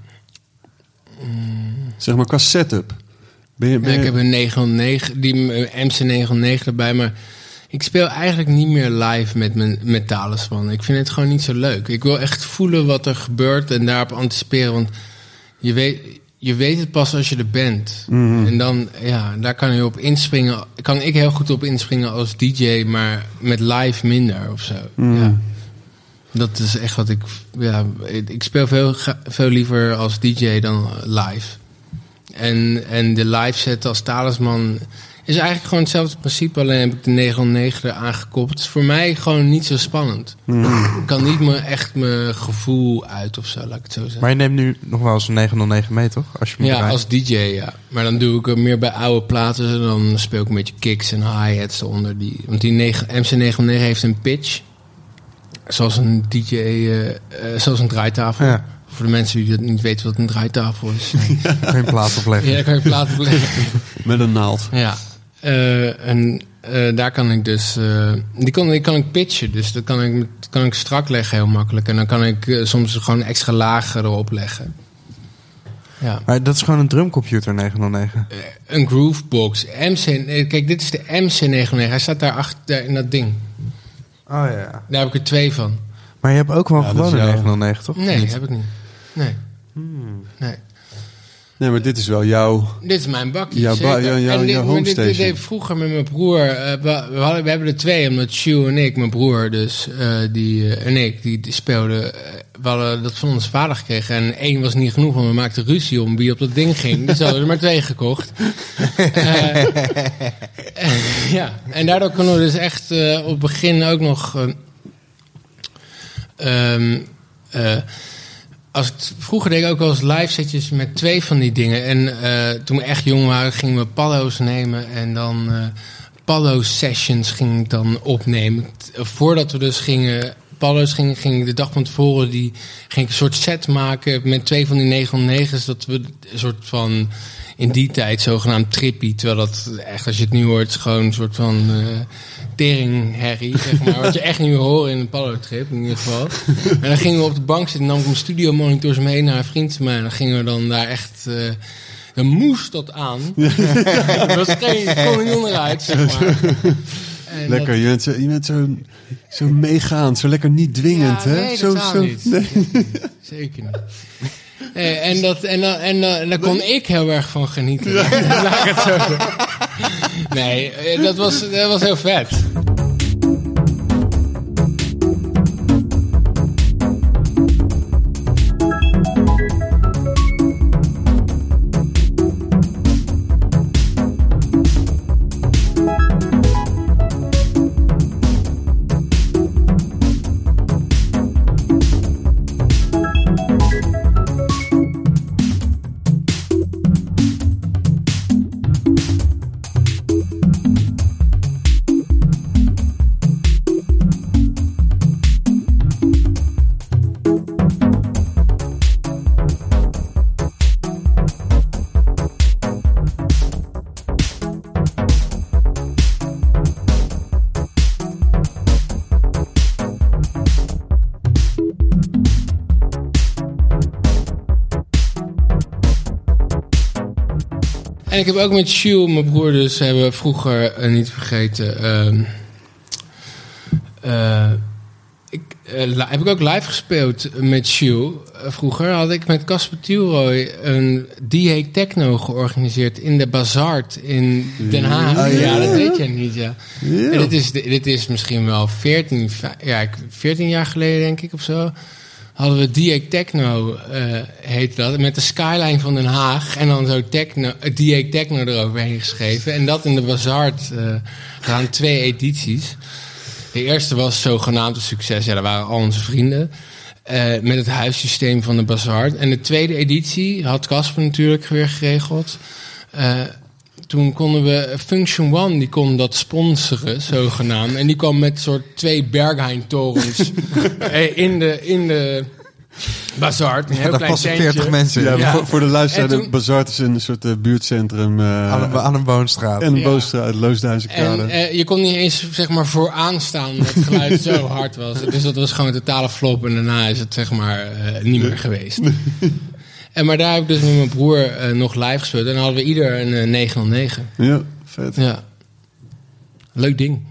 Zeg maar qua setup. Ben je, ben Ja, ik je- heb een negenhonderdnegen, die M C negenhonderdnegen erbij, maar ik speel eigenlijk niet meer live met mijn met Talisman. Ik vind het gewoon niet zo leuk. Ik wil echt voelen wat er gebeurt en daarop anticiperen, want je weet, je weet het pas als je er bent. Mhm. En dan, ja, daar kan je op inspringen. Kan ik heel goed op inspringen als D J, maar met live minder of zo. Mhm. Ja. Dat is echt wat ik, ja, ik speel veel, ga- veel liever als D J dan live. En, en de live set als Talisman is eigenlijk gewoon hetzelfde principe. Alleen heb ik de negenhonderdnegen er aangekoppeld. Het is voor mij gewoon niet zo spannend. Ik kan niet me echt mijn gevoel uit of zo, laat ik het zo zeggen. Maar je neemt nu nog wel eens een negenhonderdnegen mee, toch? Als je hem Ja, draait. als D J, ja. Maar dan doe ik het meer bij oude platen. Dan speel ik een beetje kicks en hi-hats eronder. Die, want die negen- M C negenhonderdnegen heeft een pitch. Zoals een D J, uh, uh, zoals een draaitafel. Ja. Voor de mensen die dat niet weten wat een draaitafel is. Kun je een plaat opleggen. Ja, daar kan je platen leggen. met een naald. Ja, uh, en uh, daar kan ik dus... Uh, die, kan, die kan ik pitchen, dus dat kan ik, met- kan ik strak leggen heel makkelijk. En dan kan ik uh, soms gewoon extra lagen erop leggen. Ja. Maar dat is gewoon een drumcomputer negenhonderdnegen. Uh, een Groovebox. M C, nee, kijk, dit is de M C negenhonderdnegen. Hij staat daar achter in dat ding. Oh ja. Daar heb ik er twee van. Maar je hebt ook wel Ja, dat gewoon is een jouw- negenhonderdnegen, toch? Of Nee, niet? heb ik niet. Nee. Nee. Nee, maar dit is wel jouw... Dit is mijn bakje. Jouw ba- zeker. jouw- jouw- En dit, jouw maar dit, dit homestation. deed ik vroeger met mijn broer. Uh, we, we, hadden, we hebben er twee, omdat Shu en ik, mijn broer dus, uh, die, uh, en ik, die, die speelden. Uh, we hadden dat van ons vader gekregen. En één was niet genoeg, want we maakten ruzie om wie op dat ding ging. Dus we hadden er maar twee gekocht. Uh, ja, en daardoor konden we dus echt uh, op het begin ook nog... Uh, um, uh, Als ik t- vroeger deed ik ook wel eens live setjes met twee van die dingen. En uh, toen we echt jong waren, gingen we paddo's nemen. En dan uh, paddo sessions ging ik dan opnemen. T- Voordat we dus gingen, paddo's gingen, ging ik de dag van tevoren die, ging ik een soort set maken met twee van die negenhonderdnegen's. Dat we een soort van, in die tijd zogenaamd trippy. Terwijl dat echt, als je het nu hoort, is gewoon een soort van... Uh, teringherrie, zeg maar. Wat je echt niet meer horen in een paddo-trip, in ieder geval. En dan gingen we op de bank zitten, nam ik mijn studiomonitors mee naar een vriend van mij. En dan gingen we dan daar echt... Uh, dan moest dat aan. Dat was geen, kon er niet onderuit, zeg maar. En Lekker, dat- je bent, zo, je bent zo, zo meegaand, zo lekker niet dwingend, Ja, hè? nee, zo, totaal zo, niet. nee. Zeker niet. Nee, en, dat, en, dan, en, dan, en daar kon ik heel erg van genieten. Laat ik het zo zeggen. Nee, eh, dat was, dat was heel vet. En ik heb ook met Shu, mijn broer, dus hebben we vroeger uh, niet vergeten. Uh, uh, ik, uh, li- heb ik ook live gespeeld met Sjoe. Uh, vroeger had ik met Casper Thielroy een D A Techno georganiseerd in de Bazaart in Den Haag. Ja, Ja, ja. dat weet jij niet, ja. Ja. En dit is, dit is misschien wel veertien, ja, veertien jaar geleden, denk ik, of zo. Hadden we D A Techno, uh, heet dat, met de skyline van Den Haag. En dan zo techno, D A Techno eroverheen geschreven. En dat in de Bazaart uh, gedaan, twee edities. De eerste was zogenaamd een succes. Ja, dat waren al onze vrienden. Uh, met het huissysteem van de Bazaar. En de tweede editie had Casper natuurlijk weer geregeld. Uh, toen konden we Function One, die kon dat sponsoren, zogenaamd. En die kwam met soort twee Berghain-torens uh, in de... In de Bazaar, een heel Ja, daar klein passen tentje. veertig mensen. Ja, Ja. Voor, voor de luisteraar, En toen- de Bazaart is een soort uh, buurtcentrum uh, Aan een, aan een woonstraat. en een Ja. boosstraat, Loosduizenkade. En uh, je kon niet eens zeg maar vooraan staan omdat het geluid zo hard was. Dus dat was gewoon een totale flop en daarna is het zeg maar uh, niet meer geweest. En maar daar heb ik dus met mijn broer uh, nog live gespeeld. En dan hadden we ieder een uh, negenhonderdnegen. Ja, vet. Ja. Leuk ding.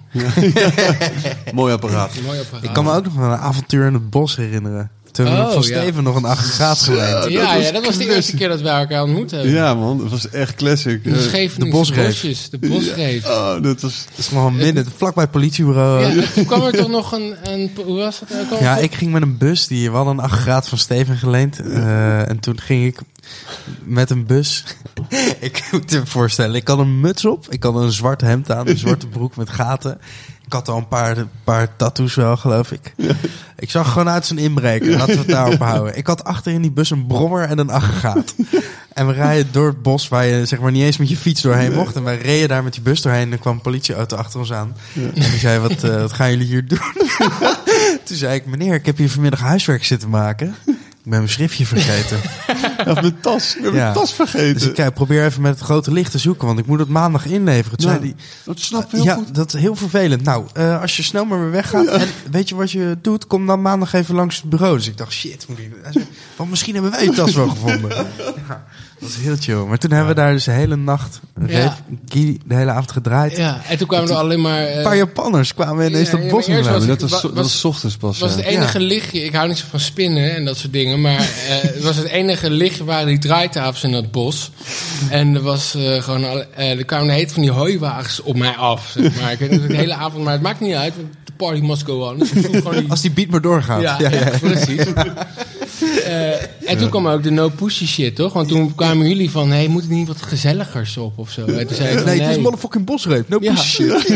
Mooi apparaat. Mooi apparaat. Ik kan me ook nog wel een avontuur in het bos herinneren. Toen we Oh, van ja. Steven nog een aggregaat geleend. Ja, dat ja, dat was de eerste keer dat we elkaar ontmoet hebben. Ja man, dat was echt classic. In de Uh, Scheveningse de bosreef. bosjes, de bosreef. oh, dat was... Dat is gewoon midden, vlakbij het politiebureau. Ja, Ja, en toen kwam er toch nog een, een hoe was dat ook al? ik ging met een bus. Die, we hadden een aggregaat van Steven geleend. Uh, en toen ging ik met een bus. Ik moet je voorstellen, ik had een muts op. Ik had een zwart hemd aan, een zwarte broek met gaten. Ik had al een paar, paar tattoos wel, geloof ik. Ik zag gewoon uit zijn inbreker. Laten we het daarop houden. Ik had achter in die bus een brommer en een aggregaat. En we rijden door het bos waar je zeg maar niet eens met je fiets doorheen mocht. En wij reden daar met die bus doorheen. En er kwam een politieauto achter ons aan. En die zei, wat, uh, wat gaan jullie hier doen? Toen zei ik, meneer, ik heb hier vanmiddag huiswerk zitten maken. Ik ben mijn schriftje vergeten. Ja, mijn tas. Ik heb Ja. mijn tas vergeten. Dus ik kijk, probeer even met het grote licht te zoeken. Want ik moet het maandag inleveren. Toen Ja, zei die, dat snap ik heel ja, goed. dat is heel vervelend. Nou, uh, als je snel maar weer weggaat. En weet je wat je doet? Kom dan maandag even langs het bureau. Dus ik dacht, shit. Moet ik... Hij zei, want misschien hebben wij je tas wel gevonden. Ja, dat is heel chill. Maar toen hebben we daar dus de hele nacht, een Ja. reef, Guy, de hele avond gedraaid. Ja, en toen kwamen er alleen maar... uh, Een paar Japanners kwamen ineens Ja, dat ja, bos maar eerst in. was maar ik- dat was, wa- dat was- was 's ochtends pas. Het was ja. het enige Ja. lichtje. Ik hou niet zo van spinnen en dat soort dingen. Maar uh, het was het enige lichtje waren die draaitafels in dat bos. En er was uh, gewoon... al- Uh, er kwamen heet van die hooiwagens op mij af. Zeg maar. Ik weet niet of ik de hele avond... Maar het maakt niet uit, want de party must go on. Dus ik vroeg gewoon die... Als die beat maar doorgaat. Ja, ja, precies. Uh, en toen kwam ook de no pushy shit, toch? Want toen kwamen jullie van... Hey, moet er niet wat gezelligers op of zo? En toen zei ik van, Nee, nee, het is motherfucking bosreep. No Ja. shit.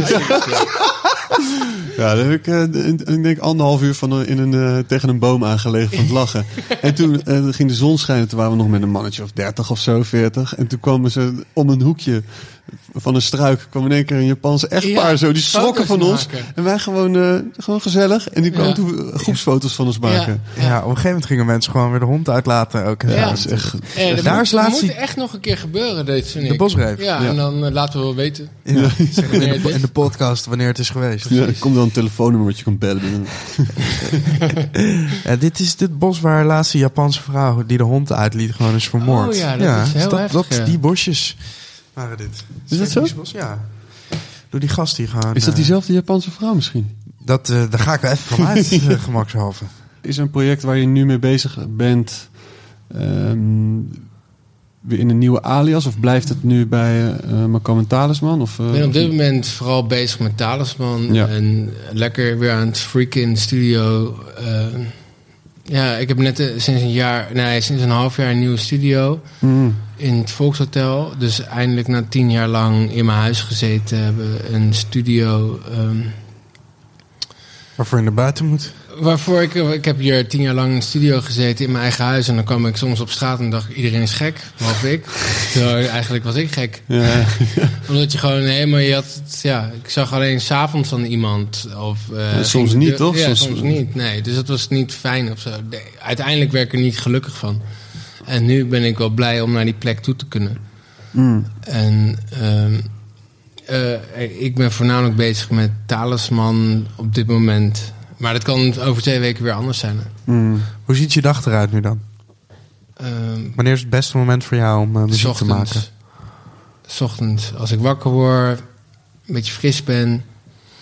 Ja, daar heb ik, uh, d- ik denk anderhalf uur van, uh, in een, uh, tegen een boom aangelegen van het lachen. En toen uh, ging de zon schijnen. Toen waren we nog met een mannetje of dertig of zo, veertig. En toen kwamen ze om een hoekje van een struik. kwam in één keer een Japanse echtpaar Ja, zo. Die schrokken foto's van ons. maken. En wij gewoon, uh, gewoon gezellig. En die kwamen Ja. toen groepsfoto's van ons maken. Ja. Ja, op een gegeven moment gingen mensen gewoon weer de hond uitlaten. Ook. Ja, Ja. dat is echt... Eh, dat Daar moet, is dat laatst moet die- echt nog een keer gebeuren, dit vind ik. De bosreef. Ja, Ja. en dan uh, laten we wel weten. Ja. Zeg in, Wanneer de, het is. in de podcast wanneer het is geweest. Ja, er komt dan een telefoonnummer wat je kan bellen. Ja, dit is dit bos waar laatst die Japanse vrouw die de hond uitliet gewoon is vermoord. Oh ja, dat is heel dat, heftig, dat, ja. Die bosjes waren dit. Is dat zo? Bos, ja. Door die gast die gewoon... Is dat eh, diezelfde Japanse vrouw misschien? dat, eh, daar ga ik wel even vanuit, uh, gemakshalve. Is er een project waar je nu mee bezig bent... ehm, weer in een nieuwe alias? Of blijft het nu bij uh, Makam Talisman? Of, uh, Ik ben op of- dit moment vooral bezig met Talisman. Ja. En lekker weer aan het freaken in de studio. Uh, ja, ik heb net uh, sinds een jaar... Nee, sinds een half jaar een nieuwe studio. Mm. In het Volkshotel. Dus eindelijk na tien jaar lang in mijn huis gezeten hebben. Een studio... Um, Waarvoor je naar buiten moet. Waarvoor ik, ik heb hier tien jaar lang in een studio gezeten in mijn eigen huis. En dan kwam ik soms op straat en dacht ik, iedereen is gek, behalve ik. Terwijl eigenlijk was ik gek. Ja. Omdat je gewoon helemaal, je had, ja, ik zag alleen 's avonds aan iemand. Of, uh, Ja, soms ging- niet, toch? Ja, Soms- soms, niet. Nee, dus dat was niet fijn of zo. Nee, uiteindelijk werd ik er niet gelukkig van. En nu ben ik wel blij om naar die plek toe te kunnen. Mm. En um, uh, ik ben voornamelijk bezig met Talisman op dit moment. Maar dat kan over twee weken weer anders zijn. Hè. Mm. Hoe ziet je dag eruit nu dan? Um, Wanneer is het beste moment voor jou om uh, muziek te maken? 's ochtends, als ik wakker word, een beetje fris ben.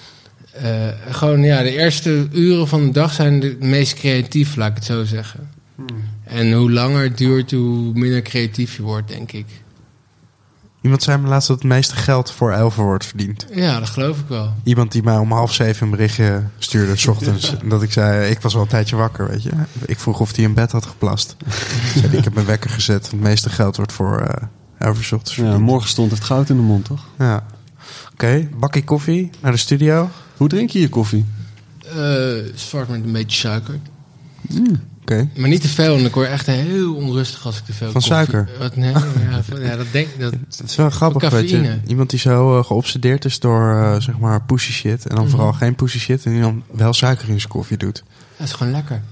Uh, gewoon, ja, de eerste uren van de dag zijn het meest creatief, laat ik het zo zeggen. Hmm. En hoe langer het duurt, hoe minder creatief je wordt, denk ik. Iemand zei me laatst dat het meeste geld voor Elver wordt verdiend. Ja, dat geloof ik wel. Iemand die mij om half zeven een berichtje stuurde, 's ochtends. En dat ik zei, ik was al een tijdje wakker, weet je. Ik vroeg of hij in bed had geplast. Zei, ik heb mijn wekker gezet. Het meeste geld wordt voor uh, Elver 's ochtends verdiend. Ja, morgen stond het goud in de mond, toch? Ja. Oké, okay, bakje koffie naar de studio. Hoe drink je je koffie? Uh, zwart met een beetje suiker. Mm. Okay. Maar niet te veel, want ik word echt heel onrustig als ik te veel van koffie... suiker? Wat, nee, ja, van, ja, dat denk dat. Het is wel grappig, weet je. Iemand die zo uh, geobsedeerd is door, uh, zeg maar, pussy shit. En dan mm. vooral geen pussy shit. En die dan wel suiker in zijn koffie doet. Dat is gewoon lekker.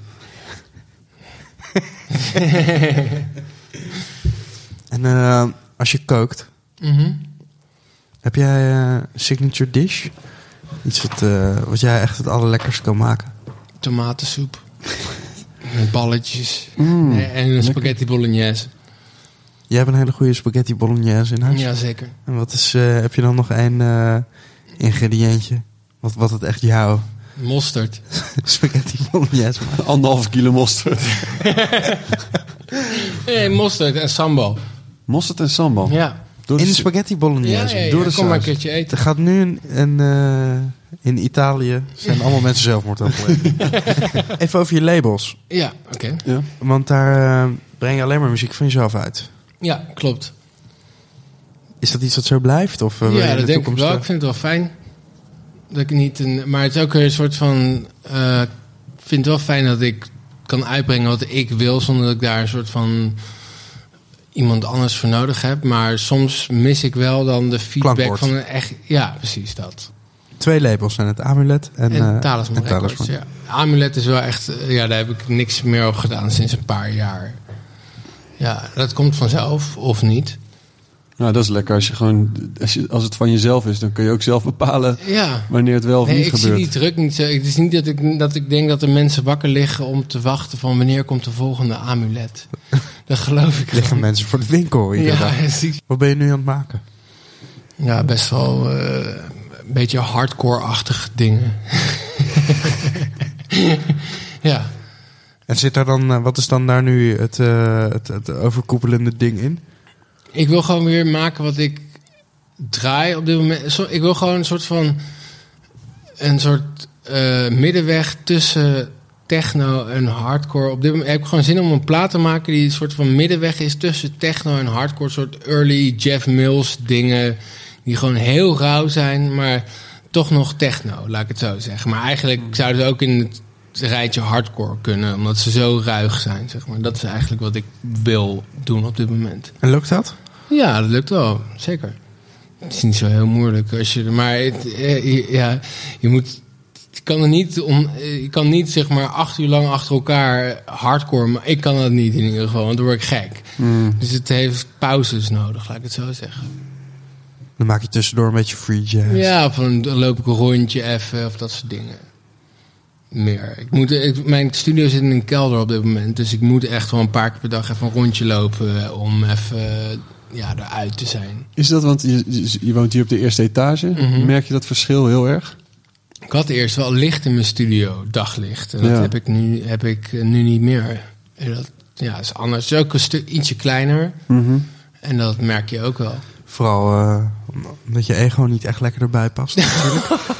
En uh, als je kookt... Mm-hmm. Heb jij uh, een signature dish? Iets wat, uh, wat jij echt het allerlekkerst kan maken? Tomatensoep. Met balletjes. Mm, en een spaghetti bolognese. Jij hebt een hele goede spaghetti bolognese in huis? Ja, zeker. En wat is, uh, heb je dan nog één uh, ingrediëntje? Wat, wat het echt jou... Mosterd. Spaghetti bolognese. Anderhalf kilo mosterd. Nee, mosterd en sambal. Mosterd en sambal? Ja. Door in de spaghetti bolognese? Ja, ja, ja. Door de Kom maar een keertje eten. Er gaat nu een... een uh, in Italië zijn allemaal mensen zelfmoord aan het plegen. Even over je labels. Ja, oké. Okay. Ja. Want daar uh, breng je alleen maar muziek van jezelf uit. Ja, klopt. Is dat iets dat zo blijft? Of, uh, ja, dat denk toekomst... ik wel. Ik vind het wel fijn. Dat ik niet een, maar het is ook een soort van... Uh, ik vind het wel fijn dat ik kan uitbrengen wat ik wil... zonder dat ik daar een soort van... iemand anders voor nodig heb. Maar soms mis ik wel dan de feedback Klankbord. van een echt... Ja, precies dat. Twee labels zijn het Amulet en, en uh, Talisman en Records. Talisman. Ja. Amulet is wel echt... Ja, daar heb ik niks meer op gedaan sinds een paar jaar. Ja, dat komt vanzelf of niet. Nou, dat is lekker. Als, je gewoon, als, je, als het van jezelf is, dan kun je ook zelf bepalen ja. wanneer het wel of nee, niet ik gebeurt. Ik zie die druk niet zo. Het is niet dat ik, dat ik denk dat er mensen wakker liggen om te wachten van wanneer komt de volgende Amulet. Dat geloof ik. Liggen mensen voor de winkel. Ja, wat ben je nu aan het maken? Ja, best wel uh, een beetje hardcore-achtige dingen. Ja. En zit daar dan, wat is dan daar nu het, uh, het, het overkoepelende ding in? Ik wil gewoon weer maken wat ik draai op dit moment. Ik wil gewoon een soort van... een soort uh, middenweg tussen techno en hardcore. Op dit moment heb ik gewoon zin om een plaat te maken... die een soort van middenweg is tussen techno en hardcore. Een soort early Jeff Mills dingen... die gewoon heel rauw zijn, maar toch nog techno, laat ik het zo zeggen. Maar eigenlijk zouden ze ook in het rijtje hardcore kunnen... omdat ze zo ruig zijn, zeg maar. Dat is eigenlijk wat ik wil doen op dit moment. En lukt dat? Ja, dat lukt wel, zeker. Het is niet zo heel moeilijk als je... Maar het, ja, je moet... Je kan er niet om... Je kan niet zeg maar acht uur lang achter elkaar hardcore... maar ik kan dat niet in ieder geval, want dan word ik gek. Mm. Dus het heeft pauzes nodig, laat ik het zo zeggen. Dan maak je tussendoor een beetje free jazz. Ja, of dan loop ik een rondje even of dat soort dingen. Meer. Ik moet, ik, mijn studio zit in een kelder op dit moment. Dus ik moet echt wel een paar keer per dag even een rondje lopen... om even ja, eruit te zijn. Is dat, want je, je woont hier op de eerste etage. Mm-hmm. Merk je dat verschil heel erg? Ik had eerst wel licht in mijn studio, daglicht. En dat ja. heb ik nu, heb ik nu niet meer. En dat ja, is anders. Het is ook een stuk ietsje kleiner. Mm-hmm. En dat merk je ook wel. Vooral uh, omdat je ego niet echt lekker erbij past, natuurlijk. Oh,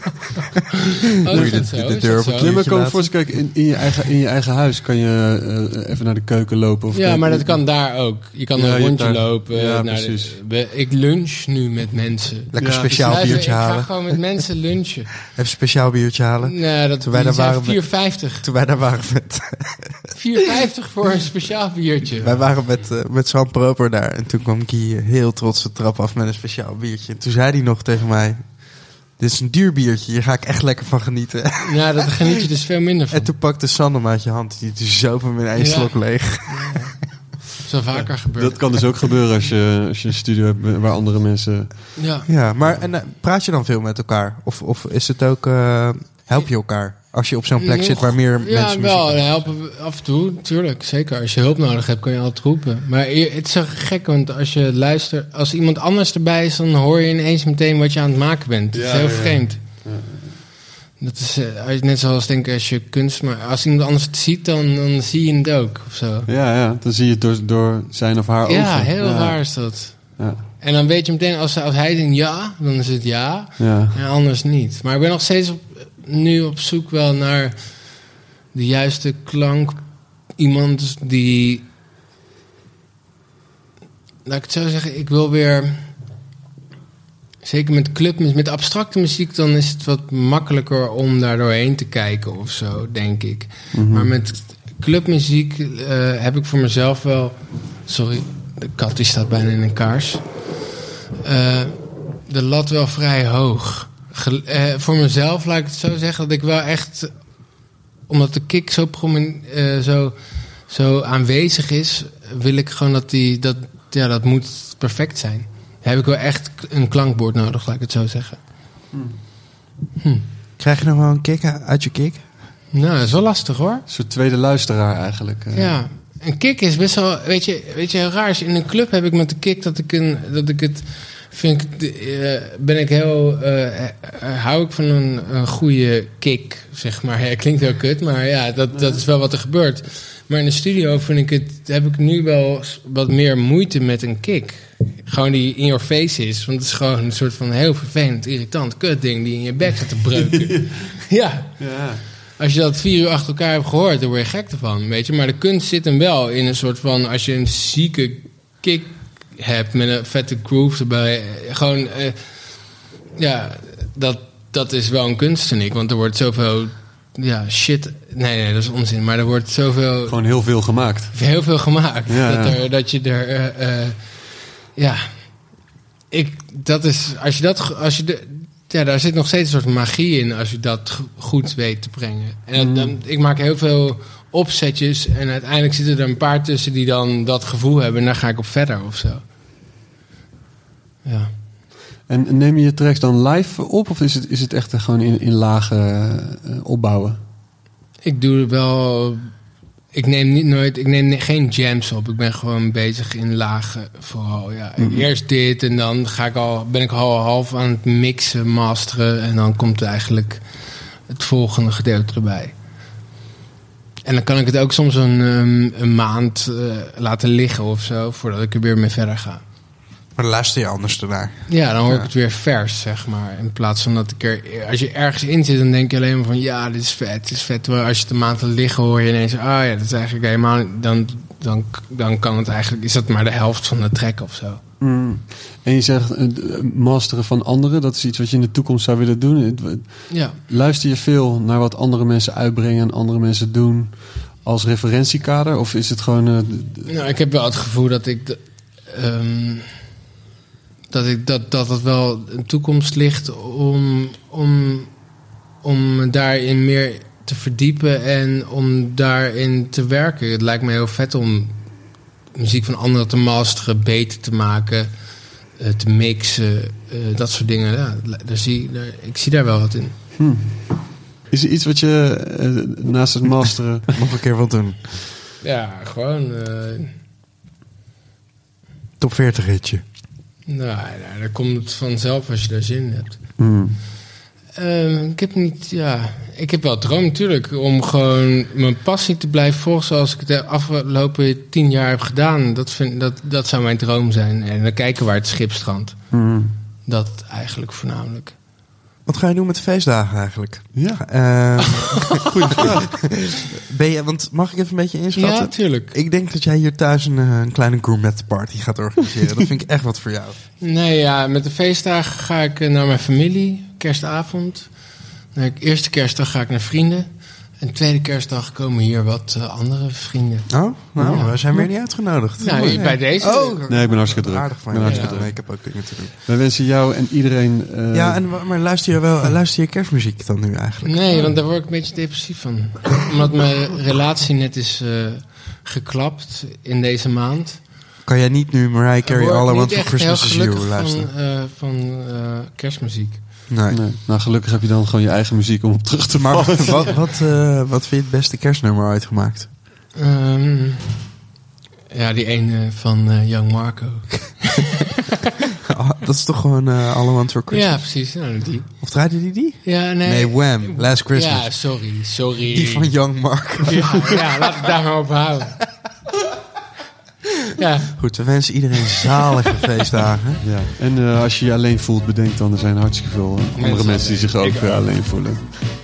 Moet je de, de, de deur op een keertje laten. Voor, kijk, in, in, je eigen, in je eigen huis kan je uh, even naar de keuken lopen. Of ja, kijken. maar dat kan daar ook. Je kan ja, een rondje daar, lopen. Ja, naar precies. De, ik lunch nu met mensen. Lekker ja, speciaal dus biertje ik halen. Ik ga gewoon met mensen lunchen. Even speciaal biertje halen. Nee, dat toen wij daar waren vier vijftig. Toen wij daar waren met... vier vijftig voor een speciaal biertje. Wij waren met, uh, met Sam Proper daar. En toen kwam Guy heel trots de trap af met een speciaal biertje. En toen zei hij nog tegen mij... Dit is een duur biertje, hier ga ik echt lekker van genieten. Ja, daar geniet je dus veel minder van. En toen pakte Sam hem uit je hand. Die zoop hem in één ja. slok leeg. Ja. Zo vaker ja, gebeurt. Dat kan dus ook gebeuren als je, als je een studio hebt waar andere mensen... Ja, ja maar en, uh, praat je dan veel met elkaar? Of, of is het ook... Uh, help je elkaar? Als je op zo'n plek zit waar meer ja, mensen... Ja, wel. Helpen we af en toe, natuurlijk. Zeker. Als je hulp nodig hebt, kan je altijd roepen. Maar het is zo gek, want als je luistert... Als iemand anders erbij is, dan hoor je ineens meteen wat je aan het maken bent. Het ja, is heel ja. vreemd. Ja. Dat is uh, als je- net zoals denk ik als je kunst... maar als iemand anders het ziet, dan, dan zie je het ook. Of zo. Ja, ja, dan zie je het door, door zijn of haar Ja, ogen. heel ja. raar is dat. Ja. En dan weet je meteen, als, als hij denkt ja, dan is het ja. Ja. En anders niet. Maar ik ben nog steeds op, nu op zoek wel naar de juiste klank. Iemand die... Laat ik het zo zeggen, ik wil weer... Zeker met club, met abstracte muziek, dan is het wat makkelijker om daar doorheen te kijken of zo, denk ik. Mhm. Maar met clubmuziek eh, heb ik voor mezelf wel... Sorry, de kat die staat bijna in een kaars. Eh, de lat wel vrij hoog. Gel- eh, voor mezelf, laat ik het zo zeggen, dat ik wel echt... Omdat de kick zo, promin- eh, zo, zo aanwezig is, wil ik gewoon dat die... Dat, ja, dat moet perfect zijn. Heb ik wel echt een klankbord nodig, laat ik het zo zeggen. Krijg je nog wel een kick uit je kick? Nou, dat is wel lastig hoor. Een soort tweede luisteraar eigenlijk. eh. Ja, een kick is best wel, weet je, weet je, heel raar is. In een club heb ik met de kick dat ik een, dat ik het, vind ik, uh, ben ik heel, uh, uh, hou ik van een, een goede kick, zeg maar. Ja, klinkt heel kut, maar ja, dat, dat is wel wat er gebeurt. Maar in de studio vind ik het, heb ik nu wel wat meer moeite met een kick. Gewoon die in your face is, want het is gewoon een soort van heel vervelend, irritant kutding die in je bek zit te breuken. Ja. Ja. Als je dat vier uur achter elkaar hebt gehoord, dan word je gek ervan, weet je. Maar de kunst zit hem wel in een soort van... Als je een zieke kick hebt met een vette groove erbij... eh, Gewoon, eh, ja, dat, dat is wel een kunst, vind ik. Want er wordt zoveel, ja, shit... Nee, nee, dat is onzin. Maar er wordt zoveel... Gewoon heel veel gemaakt. Heel veel gemaakt. Ja, dat, ja. er, dat je er... eh, eh, ja, ik, dat is... Als je dat... Als je de, ja, daar zit nog steeds een soort magie in als je dat g- goed weet te brengen. En dan, ik maak heel veel opzetjes en uiteindelijk zitten er een paar tussen die dan dat gevoel hebben en daar ga ik op verder of zo. Ja. En neem je je tracks dan live op of is het, is het echt gewoon in, in lagen uh, opbouwen? Ik doe wel... Ik neem niet nooit... Ik neem geen jams op. Ik ben gewoon bezig in lagen vooral. Ja. Mm-hmm. Eerst dit en dan ga ik al, ben ik al half aan het mixen, masteren. En dan komt eigenlijk het volgende gedeelte erbij. En dan kan ik het ook soms een, um, een maand uh, laten liggen of zo, voordat ik er weer mee verder ga. Maar dan luister je anders ernaar. Ja, dan hoor ik Ja. het weer vers, zeg maar. In plaats van dat ik er... Als je ergens in zit, dan denk je alleen maar van... Ja, dit is vet, dit is vet. Terwijl als je het een maand laat liggen, hoor je ineens... Ah ja, dat is eigenlijk helemaal... niet- Dan, dan, dan kan het eigenlijk... Is dat maar de helft van de track of zo. Mm. En je zegt uh, masteren van anderen, dat is iets wat je in de toekomst zou willen doen. Ja. Luister je veel naar wat andere mensen uitbrengen en andere mensen doen als referentiekader? Of is het gewoon... Uh, d- Nou, ik heb wel het gevoel dat ik... De, um, dat, ik dat, dat het wel een toekomst ligt om, om, om me daarin meer te verdiepen en om daarin te werken. Het lijkt me heel vet om muziek van anderen te masteren, beter te maken, uh, te mixen, uh, dat soort dingen. Ja, daar zie, daar, ik zie daar wel wat in. hmm. Is er iets wat je uh, naast het masteren... Nog een keer wat doen. Ja, gewoon... Uh, Top veertig hitje. nou, nou, daar komt het vanzelf als je daar zin in hebt. Hmm. Uh, ik heb niet, ja... Ik heb wel droom natuurlijk om gewoon mijn passie te blijven volgen zoals ik het de afgelopen tien jaar heb gedaan. Dat, vind, dat, dat zou mijn droom zijn. En dan kijken waar het schip strandt. Hmm. Dat eigenlijk voornamelijk. Wat ga je doen met de feestdagen eigenlijk? Ja. Uh, Goeie vraag. Ben je, want mag ik even een beetje inschatten? Ja, tuurlijk. Ik denk dat jij hier thuis een, een kleine gourmet party gaat organiseren. Dat vind ik echt wat voor jou. Nee, ja, met de feestdagen ga ik uh, naar mijn familie. Kerstavond. De eerste kerstdag ga ik naar vrienden. En tweede kerstdag komen hier wat uh, andere vrienden. Oh, nou, Ja. we zijn weer niet uitgenodigd. Nou, Mooi. bij deze. Oh, Nee, ik ben hartstikke druk. aardig van Ik ben je. hartstikke Ja, druk. nee, ik heb ook dingen te doen. Wij wensen jou en iedereen... Uh, Ja, en, wa- maar luister je wel luister je kerstmuziek dan nu eigenlijk? Nee, want daar word ik een beetje depressief van. Omdat mijn relatie net is uh, geklapt in deze maand. Kan jij niet nu Mariah Carey Word ik All I niet Want For echt Christmas heel Is You gelukkig luisteren? van, uh, van uh, kerstmuziek. Nee. Nee. Nou, gelukkig heb je dan gewoon je eigen muziek om op terug te Maar vallen. wat, wat, uh, wat vind je het beste kerstnummer uitgemaakt? Um, ja, die ene van uh, Young Marco. ah, dat is toch gewoon uh, All I Want For Christmas? Ja, precies. Nou, die. Of draaide die die? Ja, nee. Nee, Wham! Last Christmas. Ja, sorry, sorry. Die van Young Mark. Ja, ja, laat het daar maar op houden. Ja. Goed, we wensen iedereen zalige feestdagen. Ja. En uh, als je je alleen voelt, bedenk dan, er zijn hartstikke veel uh, andere Mensen mensen die zich ook Ik uh, ook. alleen voelen.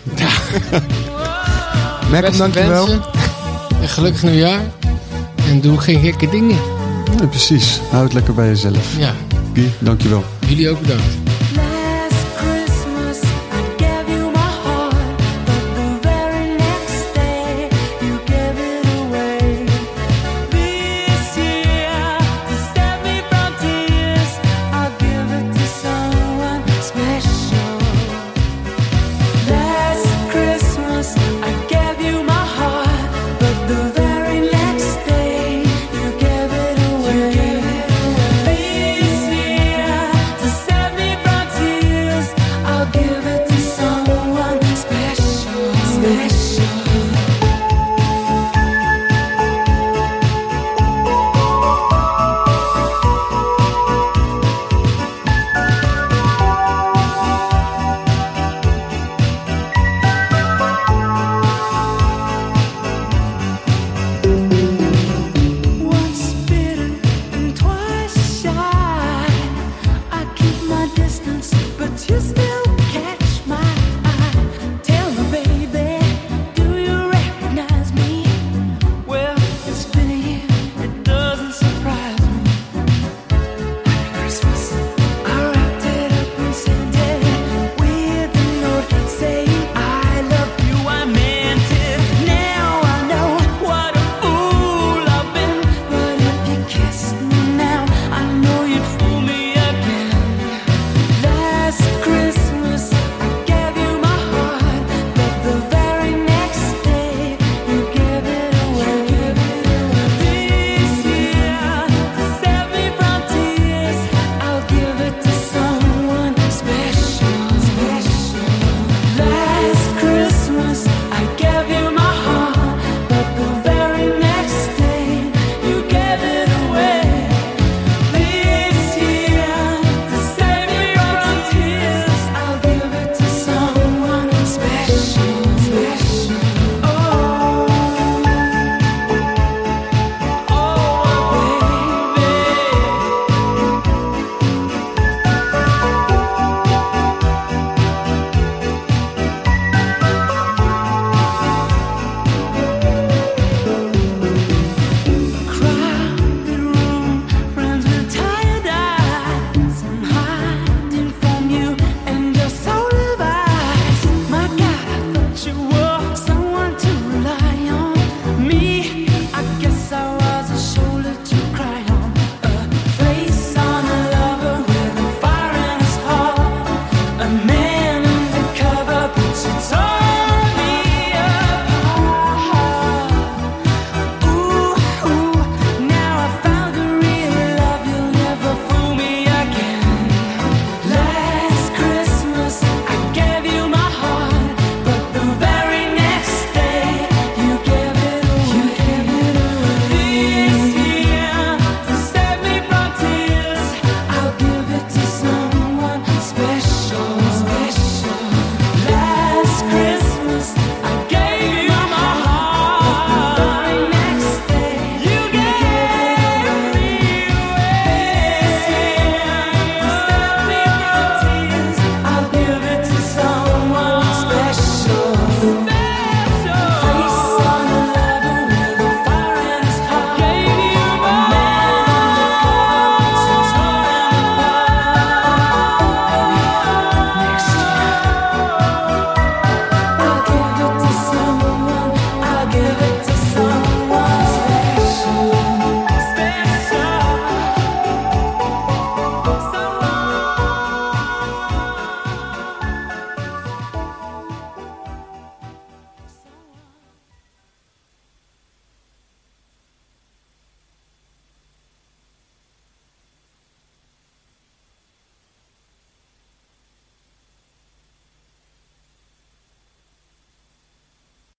Merk hem, dankjewel. Wensen. En gelukkig nieuwjaar. En doe geen gekke dingen. Ja, precies. Houd het lekker bij jezelf. Ja, Guy, dankjewel. jullie ook bedankt.